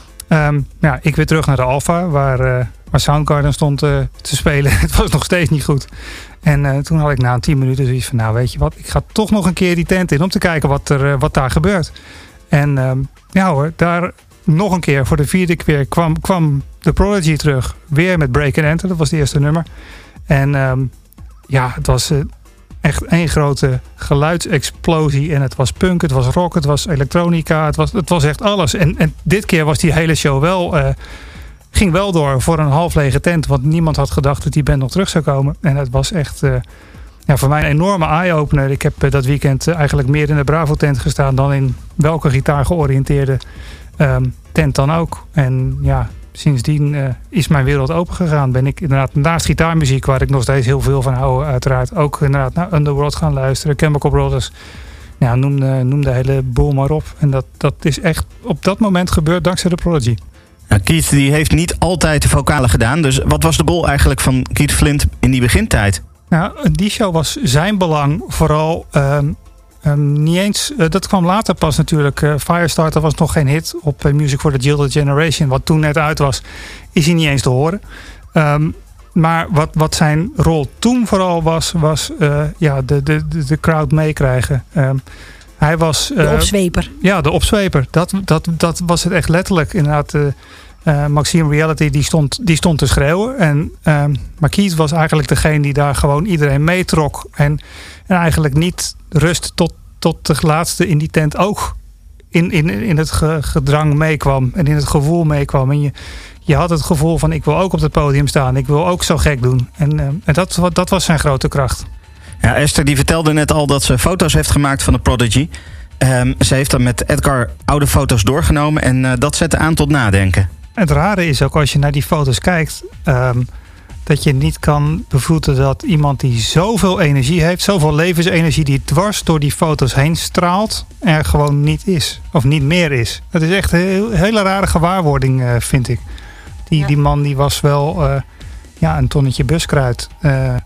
Um, ja, ik weer terug naar de Alpha, waar... Uh, waar Soundgarden stond uh, te spelen. Het was nog steeds niet goed. En uh, toen had ik na tien minuten zoiets van... nou, weet je wat, ik ga toch nog een keer die tent in... om te kijken wat, er, uh, wat daar gebeurt. En um, ja hoor, daar nog een keer... voor de vierde keer kwam, kwam de Prodigy terug. Weer met Break and Enter, dat was het eerste nummer. En um, ja, het was... Uh, echt één grote geluidsexplosie. En het was punk, het was rock, het was elektronica. Het was, het was echt alles. En, en dit keer was die hele show wel... Uh, ging wel door voor een half lege tent. Want niemand had gedacht dat die band nog terug zou komen. En het was echt uh, ja, voor mij een enorme eye-opener. Ik heb uh, dat weekend uh, eigenlijk meer in de Bravo tent gestaan... dan in welke gitaar georiënteerde um, tent dan ook. En ja, sindsdien uh, is mijn wereld open gegaan. Ben ik inderdaad naast gitaarmuziek... waar ik nog steeds heel veel van hou uiteraard... ook inderdaad naar Underworld gaan luisteren. Chemical Brothers. Ja, noem de, noem de hele boel maar op. En dat, dat is echt op dat moment gebeurd dankzij de Prodigy. Nou, Keith die heeft niet altijd de vocalen gedaan. Dus wat was de rol eigenlijk van Keith Flint in die begintijd? Nou, die show was zijn belang vooral um, um, niet eens... Uh, dat kwam later pas natuurlijk. Uh, Firestarter was nog geen hit op uh, Music for the Gilded Generation. Wat toen net uit was, is hij niet eens te horen. Um, maar wat, wat zijn rol toen vooral was... was uh, ja, de, de, de, de crowd meekrijgen. Um, Hij was, uh, de opzweper. Ja, de opzweper. Dat, dat, dat was het echt letterlijk. Inderdaad, uh, uh, Maxime Reality die stond, die stond te schreeuwen. En, uh, maar Keith was eigenlijk degene die daar gewoon iedereen meetrok. En, en eigenlijk niet rust tot, tot de laatste in die tent ook in, in, in het ge, gedrang meekwam. En in het gewoel meekwam. En je, je had het gevoel van ik wil ook op het podium staan. Ik wil ook zo gek doen. En, uh, en dat, dat was zijn grote kracht. Ja, Esther die vertelde net al dat ze foto's heeft gemaakt van de Prodigy. Um, ze heeft dan met Edgar oude foto's doorgenomen en uh, dat zette aan tot nadenken. Het rare is ook als je naar die foto's kijkt... Um, dat je niet kan bevroeden dat iemand die zoveel energie heeft... zoveel levensenergie die dwars door die foto's heen straalt... er gewoon niet is. Of niet meer is. Dat is echt een heel, hele rare gewaarwording, uh, vind ik. Die, ja. die man die was wel uh, ja, een tonnetje buskruid. Uh, ja.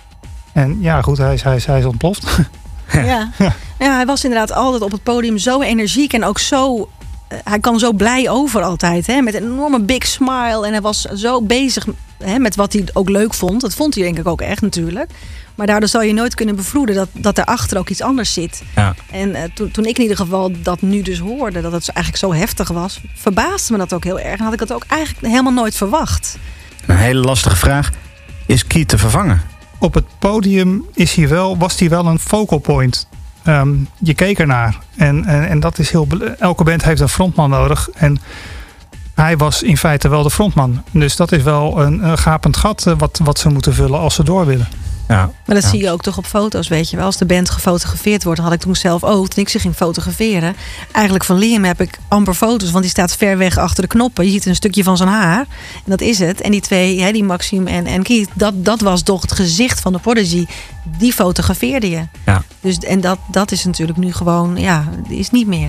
En ja, goed, hij is, hij is, hij is ontploft. Ja. Ja. Ja, hij was inderdaad altijd op het podium zo energiek en ook zo... Uh, hij kwam zo blij over altijd, hè, met een enorme big smile. En hij was zo bezig hè, met wat hij ook leuk vond. Dat vond hij denk ik ook echt natuurlijk. Maar daardoor zal je nooit kunnen bevroeden dat, dat erachter ook iets anders zit. Ja. En uh, toen, toen ik in ieder geval dat nu dus hoorde, dat het eigenlijk zo heftig was, verbaasde me dat ook heel erg. En had ik het ook eigenlijk helemaal nooit verwacht. Een hele lastige vraag. Is Keith te vervangen? Op het podium is hij wel, was hij wel een focal point. Um, je keek ernaar. En, en, en dat is heel. Elke band heeft een frontman nodig. En hij was in feite wel de frontman. Dus dat is wel een, een gapend gat wat, wat ze moeten vullen als ze door willen. Ja, maar dat ja. zie je ook toch op foto's, weet je wel. Als de band gefotografeerd wordt, had ik toen zelf ook, toen ik ze ging fotograferen. Eigenlijk van Liam heb ik amper foto's, want die staat ver weg achter de knoppen. Je ziet een stukje van zijn haar. En dat is het. En die twee, hè, die Maxime en, en Keith, dat, dat was toch het gezicht van de Prodigy. Die fotografeerde je. Ja. Dus, en dat, dat is natuurlijk nu gewoon, ja, is niet meer.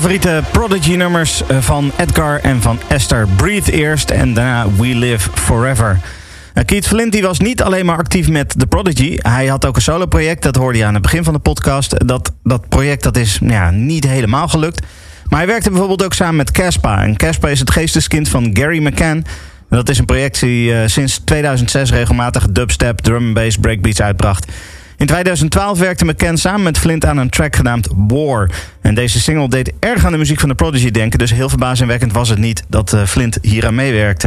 favoriete Prodigy-nummers van Edgar en van Esther. Breathe eerst en daarna We Live Forever. Keith Flint die was niet alleen maar actief met The Prodigy. Hij had ook een solo-project, dat hoorde je aan het begin van de podcast. Dat, dat project dat is ja, niet helemaal gelukt. Maar hij werkte bijvoorbeeld ook samen met Caspa. En Caspa is het geesteskind van Gary McCann. Dat is een project die uh, sinds tweeduizend zes regelmatig dubstep, drum and bass, breakbeats uitbracht. In tweeduizend twaalf werkte McCann samen met Flint aan een track genaamd War. En deze single deed erg aan de muziek van The Prodigy denken. Dus heel verbazingwekkend was het niet dat uh, Flint hier aan meewerkte.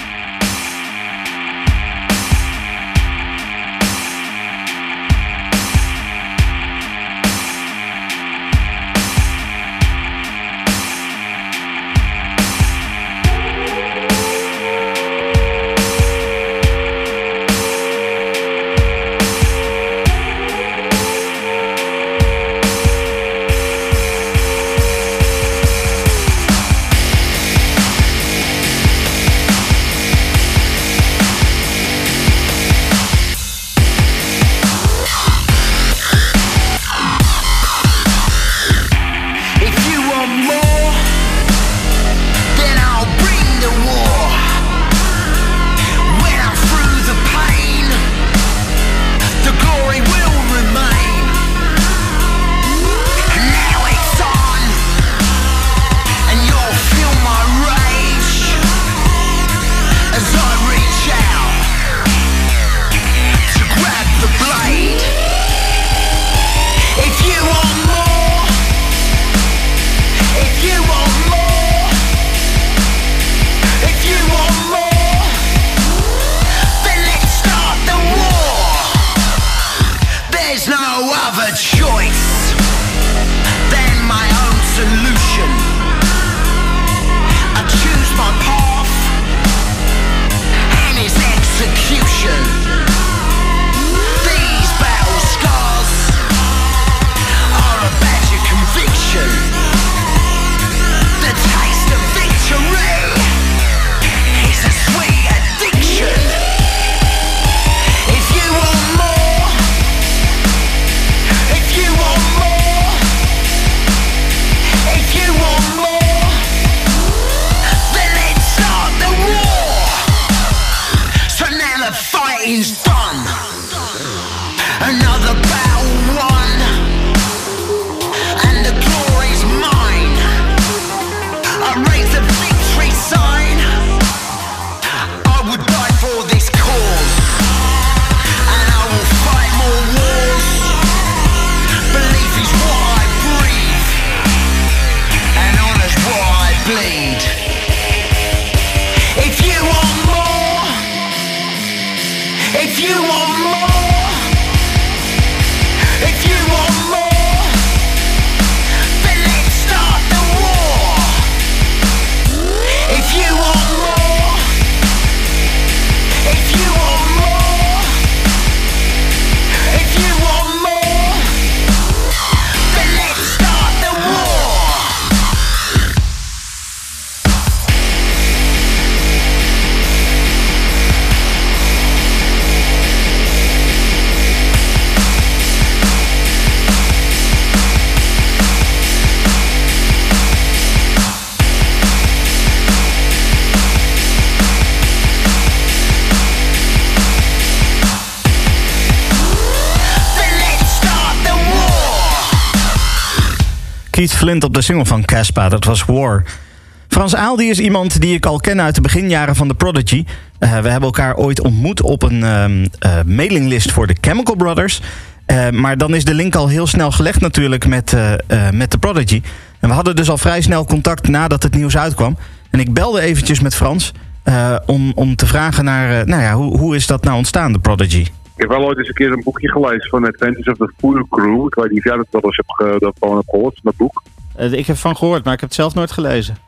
Keith Flint op de single van Caspa, dat was War. Frans Aal die is iemand die ik al ken uit de beginjaren van The Prodigy. Uh, we hebben elkaar ooit ontmoet op een uh, uh, mailinglist voor de Chemical Brothers. Uh, maar dan is de link al heel snel gelegd natuurlijk met, uh, uh, met The Prodigy. En we hadden dus al vrij snel contact nadat het nieuws uitkwam. En ik belde eventjes met Frans uh, om, om te vragen naar, uh, nou ja, hoe, hoe is dat nou ontstaan, The Prodigy? Ik heb wel ooit eens een keer een boekje gelezen van Adventures of the Voodoo Crew. Ik weet niet of jij dat wel eens hebt, ge- dat gewoon hebt gehoord, dat boek. Uh, ik heb van gehoord, maar ik heb het zelf nooit gelezen.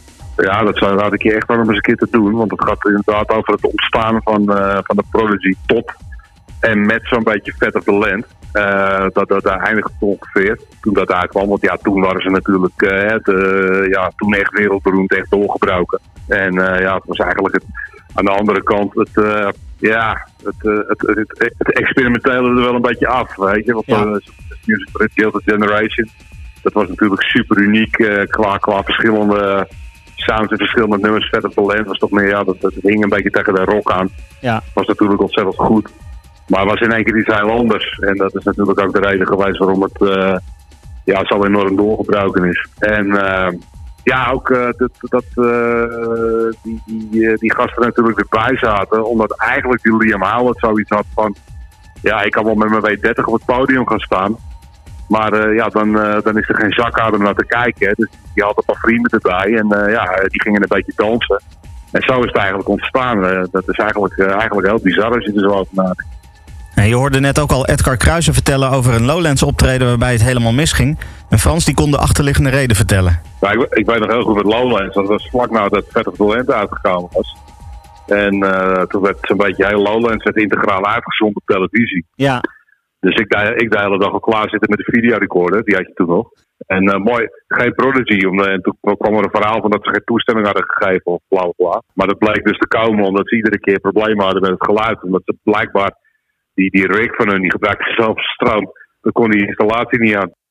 Ja, dat zou raad ik je echt wel om eens een keer te doen. Want het gaat inderdaad over het ontstaan van, uh, van de Prodigy tot en met zo'n beetje Fat of the Land. Uh, dat, dat, daar eindigt het ongeveer toen dat uitkwam. Want ja, toen waren ze natuurlijk uh, de, ja, toen echt wereldberoemd, echt doorgebroken. En uh, ja, het was eigenlijk het, aan de andere kant het, uh, ja, het, uh, het, het, het, het experimentele er wel een beetje af. Weet je, want ja. uh, Music for the Gilded Generation. dat was natuurlijk super uniek uh, qua, qua verschillende sounds en verschillende nummers. Fat of the Land was toch meer, ja, dat, dat hing een beetje tegen de rock aan. Ja. Was natuurlijk ontzettend goed. Maar het was in één keer iets heel anders. En dat is natuurlijk ook de reden geweest waarom het uh, ja, zo enorm doorgebroken is. En uh, ja, ook uh, dat, dat uh, die, die, die gasten natuurlijk erbij zaten. Omdat eigenlijk die Liam Howlett zoiets had van... Ja, ik kan wel met mijn W dertig op het podium gaan staan. Maar uh, ja, dan, uh, dan is er geen zak aan om naar te kijken. Dus die had een paar vrienden erbij. En uh, ja, die gingen een beetje dansen. En zo is het eigenlijk ontstaan. Uh, dat is eigenlijk, uh, eigenlijk heel bizar als je er zo over nadenkt. En je hoorde net ook al Edgar Kruijsen vertellen over een Lowlands optreden waarbij het helemaal misging. En Frans die kon de achterliggende reden vertellen. Ja, ik, ik weet nog heel goed met Lowlands. Dat was vlak nadat Fat of the Land uitgekomen was. En uh, toen werd zo'n beetje heel Lowlands werd integraal uitgezonden op televisie. Ja. Dus ik deed, ik de hele dag al klaar zitten met de videorecorder. Die had je toen nog. En uh, mooi, geen Prodigy. Om, en toen kwam er een verhaal van dat ze geen toestemming hadden gegeven of bla bla. Maar dat bleek dus te komen omdat ze iedere keer problemen hadden met het geluid. Omdat ze blijkbaar die, die rig van hun, die gebruikte zelf stroom. Dan kon die installatie niet aan.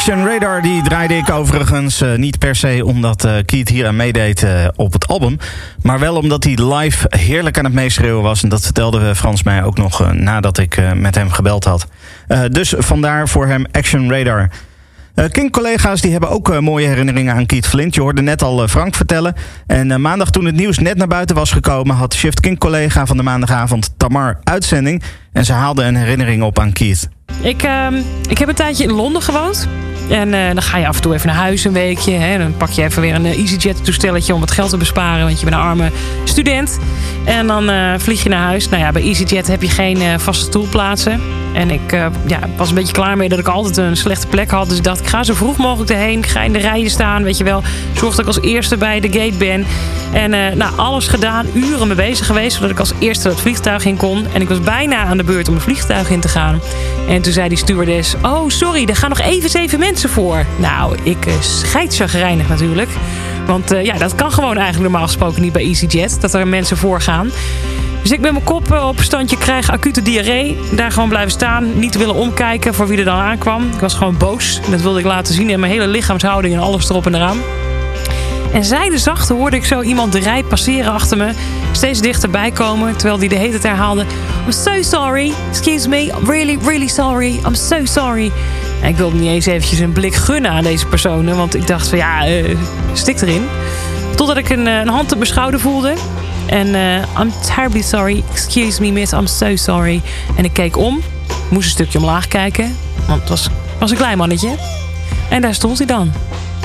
Action Radar, die draaide ik overigens uh, niet per se omdat uh, Keith hier aan meedeed uh, op het album. Maar wel omdat hij live heerlijk aan het meeschreeuwen was. En dat vertelde Frans mij ook nog uh, nadat ik uh, met hem gebeld had. Uh, dus vandaar voor hem Action Radar. Uh, Kink-collega's die hebben ook uh, mooie herinneringen aan Keith Flint. Je hoorde net al uh, Frank vertellen. En uh, maandag toen het nieuws net naar buiten was gekomen... had Shift Kink-collega van de maandagavond Tamar uitzending. En ze haalde een herinnering op aan Keith. Ik, uh, ik heb een tijdje in Londen gewoond. En uh, dan ga je af en toe even naar huis een weekje. Hè. Dan pak je even weer een EasyJet toestelletje om wat geld te besparen. Want je bent een arme student. En dan uh, vlieg je naar huis. Nou ja, bij EasyJet heb je geen uh, vaste stoelplaatsen. En ik uh, ja, was een beetje klaar mee dat ik altijd een slechte plek had. Dus ik dacht, ik ga zo vroeg mogelijk erheen. Ik ga in de rijen staan, weet je wel. Zorg dat ik als eerste bij de gate ben. En uh, nou, alles gedaan. Uren mee bezig geweest. Zodat ik als eerste het vliegtuig in kon. En ik was bijna aan de beurt om het vliegtuig in te gaan. En toen zei die stewardess... Oh, sorry, er gaan nog even zeven mensen voor. Nou, ik uh, scheidchagrijnig natuurlijk. Want uh, ja, dat kan gewoon eigenlijk normaal gesproken niet bij EasyJet. Dat er mensen voor gaan. Dus ik met mijn kop op standje krijg acute diarree. Daar gewoon blijven staan. Niet willen omkijken voor wie er dan aankwam. Ik was gewoon boos. Dat wilde ik laten zien in mijn hele lichaamshouding en alles erop en eraan. En zijdezacht hoorde ik zo iemand de rij passeren achter me. Steeds dichterbij komen. Terwijl die de hele tijd herhaalde. I'm so sorry. Excuse me. I'm really, really sorry. I'm so sorry. En ik wilde niet eens eventjes een blik gunnen aan deze personen. Want ik dacht van ja, uh, stik erin. Totdat ik een, een hand op mijn schouder voelde. En uh, I'm terribly sorry. Excuse me miss, I'm so sorry. En ik keek om. Moest een stukje omlaag kijken. Want het was, was een klein mannetje. En daar stond hij dan.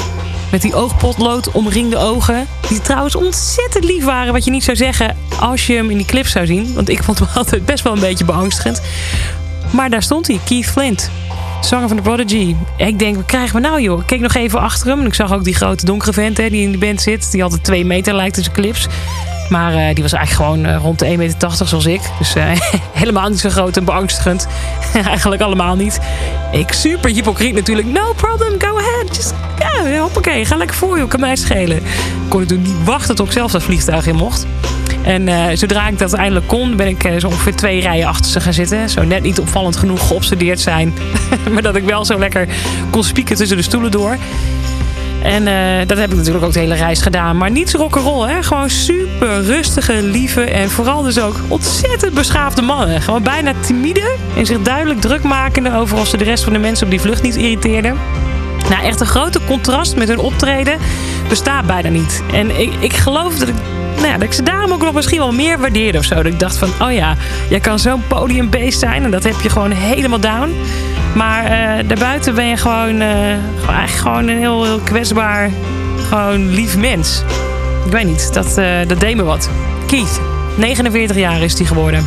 Met die oogpotlood omringde ogen. Die trouwens ontzettend lief waren. Wat je niet zou zeggen als je hem in die clip zou zien. Want ik vond hem altijd best wel een beetje beangstigend. Maar daar stond hij, Keith Flint. Zanger van The Prodigy. Ik denk, wat krijgen we nou joh? Ik keek nog even achter hem. En ik zag ook die grote donkere vent hè, die in de band zit. Die altijd twee meter lijkt in zijn clips. Maar uh, die was eigenlijk gewoon uh, rond de één meter tachtig zoals ik. Dus uh, helemaal niet zo groot en beangstigend. Eigenlijk allemaal niet. Ik super hypocriet natuurlijk. No problem, go ahead. Just, ja, hoppakee, ga lekker voor je. Kan mij schelen. Ik kon natuurlijk niet wachten tot ik zelf dat vliegtuig in mocht. En uh, zodra ik dat eindelijk kon, ben ik uh, zo ongeveer twee rijen achter ze gaan zitten. Zo net niet opvallend genoeg geobsedeerd zijn. Maar dat ik wel zo lekker kon spieken tussen de stoelen door. En uh, dat heb ik natuurlijk ook de hele reis gedaan. Maar niet rock'n'roll, hè. Gewoon super rustige, lieve en vooral dus ook ontzettend beschaafde mannen. Gewoon bijna timide en zich duidelijk druk makende over of ze de rest van de mensen op die vlucht niet irriteerden. Nou, echt een grote contrast met hun optreden bestaat bijna niet. En ik, ik geloof dat ik, nou ja, dat ik ze daarom ook nog misschien wel meer waardeerde of zo. Dat ik dacht van, oh ja, jij kan zo'n podiumbeest zijn en dat heb je gewoon helemaal down. Maar uh, daarbuiten ben je gewoon, uh, gewoon, eigenlijk gewoon een heel, heel kwetsbaar, gewoon lief mens. Ik weet niet, dat, uh, dat deed me wat. Keith, negenenveertig jaar is hij geworden.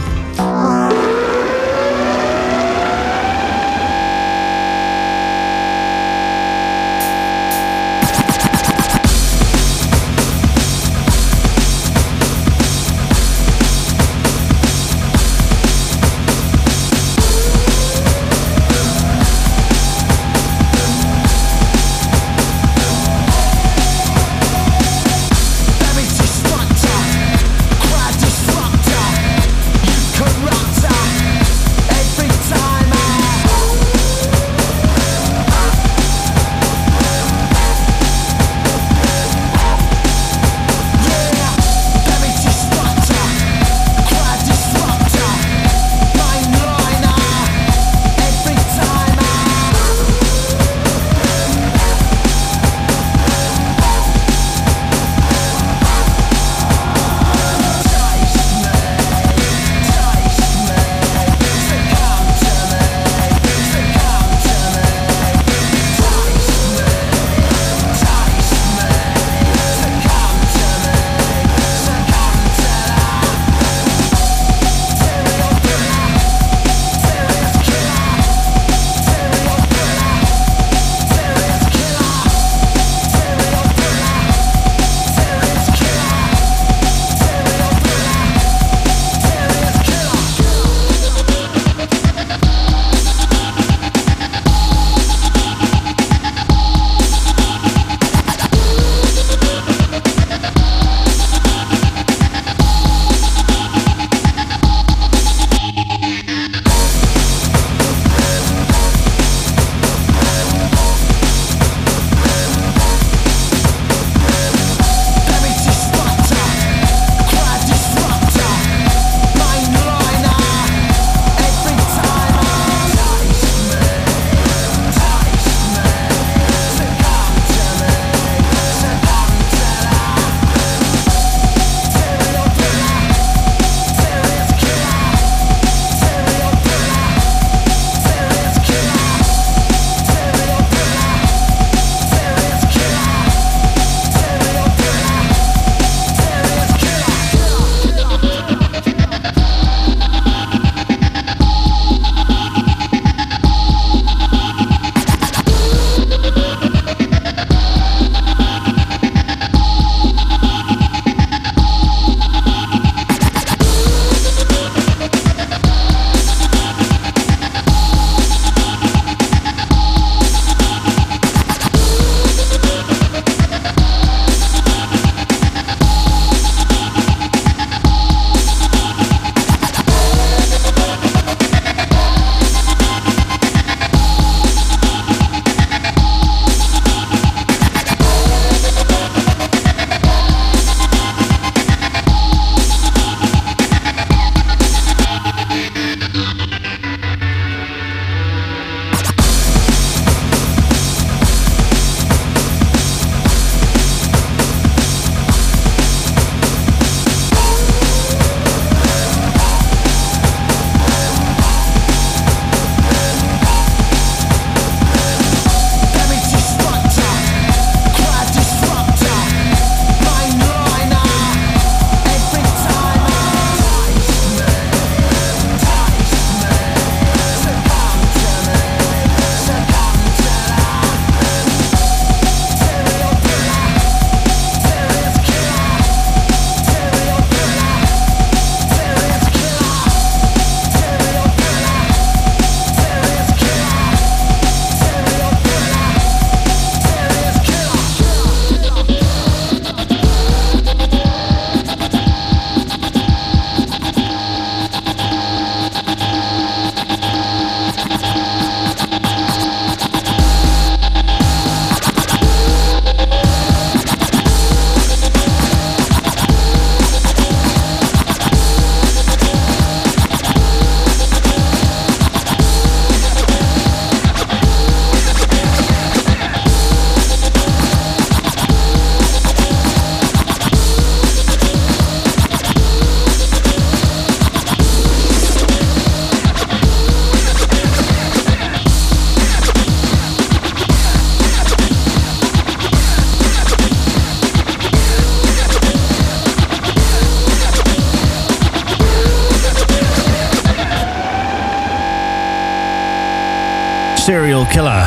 Cry disruptor, you corrupt Serial Killer.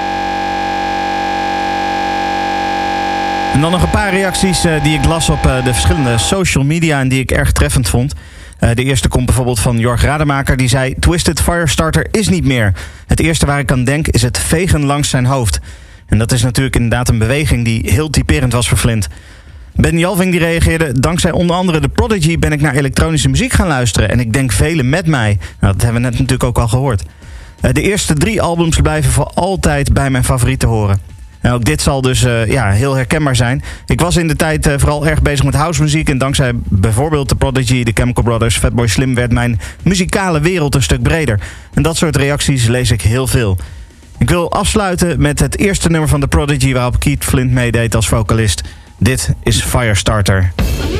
En dan nog een paar reacties uh, die ik las op uh, de verschillende social media en die ik erg treffend vond. Uh, de eerste komt bijvoorbeeld van Jorg Rademaker, die zei: Twisted Firestarter is niet meer. Het eerste waar ik aan denk is het vegen langs zijn hoofd. En dat is natuurlijk inderdaad een beweging die heel typerend was voor Flint. Ben Jalving die reageerde: dankzij onder andere de Prodigy ben ik naar elektronische muziek gaan luisteren. En ik denk velen met mij. Nou, dat hebben we net natuurlijk ook al gehoord. Uh, de eerste drie albums blijven voor altijd bij mijn favorieten horen. En ook dit zal dus uh, ja, heel herkenbaar zijn. Ik was in de tijd uh, vooral erg bezig met housemuziek. En dankzij bijvoorbeeld de Prodigy, de Chemical Brothers, Fatboy Slim werd mijn muzikale wereld een stuk breder. En dat soort reacties lees ik heel veel. Ik wil afsluiten met het eerste nummer van de Prodigy waarop Keith Flint meedeed als vocalist. Dit is Firestarter.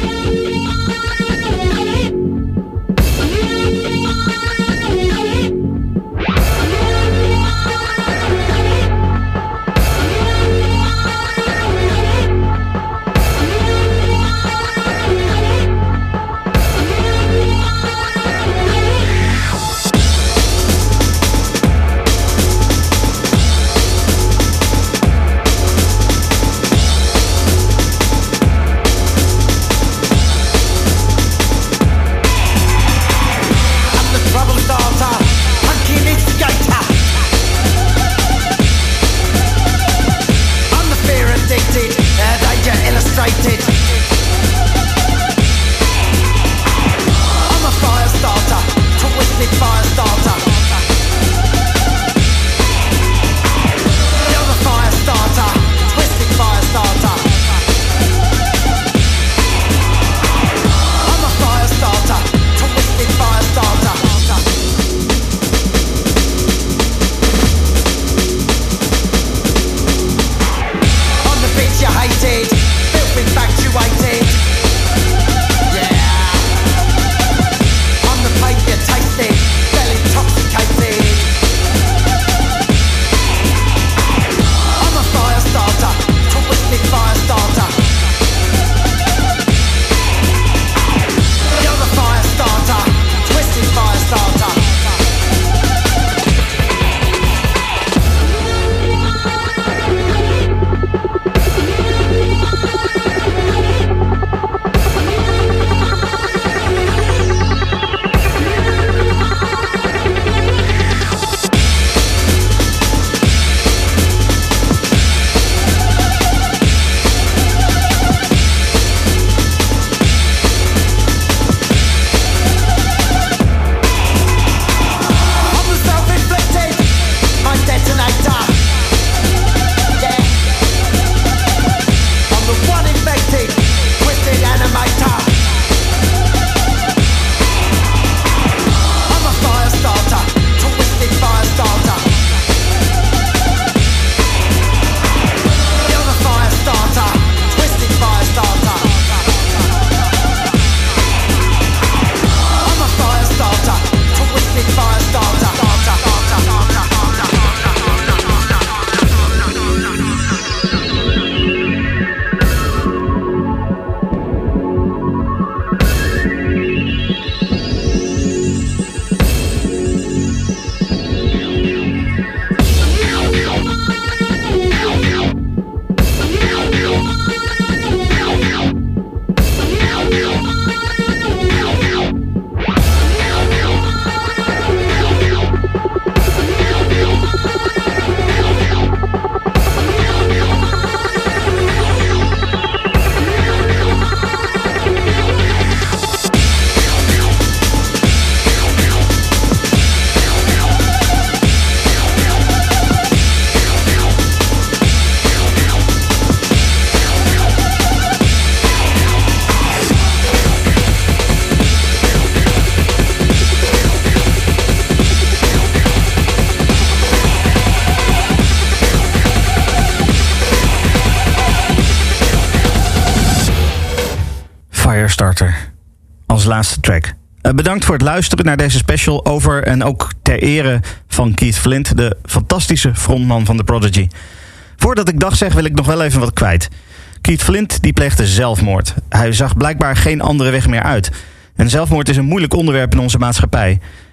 Firestarter als laatste track. Uh, bedankt voor het luisteren naar deze special over en ook ter ere van Keith Flint, de fantastische frontman van The Prodigy. Voordat ik dag zeg, wil ik nog wel even wat kwijt. Keith Flint die pleegde zelfmoord. Hij zag blijkbaar geen andere weg meer uit. En zelfmoord is een moeilijk onderwerp in onze maatschappij.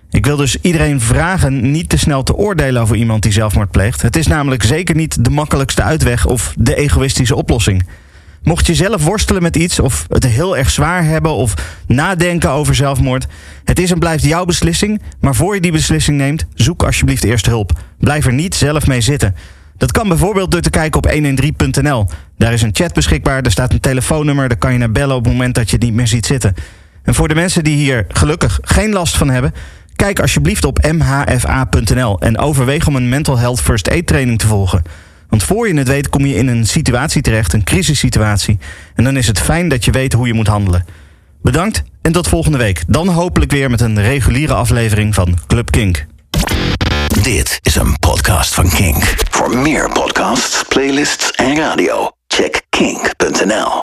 Ik wil dus iedereen vragen niet te snel te oordelen over iemand die zelfmoord pleegt. Het is namelijk zeker niet de makkelijkste uitweg of de egoïstische oplossing. Mocht je zelf worstelen met iets of het heel erg zwaar hebben of nadenken over zelfmoord, het is en blijft jouw beslissing, maar voor je die beslissing neemt, zoek alsjeblieft eerst hulp. Blijf er niet zelf mee zitten. Dat kan bijvoorbeeld door te kijken op honderddertien punt n l. Daar is een chat beschikbaar, daar staat een telefoonnummer, daar kan je naar bellen op het moment dat je het niet meer ziet zitten. En voor de mensen die hier gelukkig geen last van hebben, kijk alsjeblieft op m h f a punt n l en overweeg om een mental health first aid training te volgen. Want voor je het weet kom je in een situatie terecht, een crisissituatie. En dan is het fijn dat je weet hoe je moet handelen. Bedankt en tot volgende week. Dan hopelijk weer met een reguliere aflevering van Club Kink. Dit is een podcast van Kink. Voor meer podcasts, playlists en radio, check kink punt n l.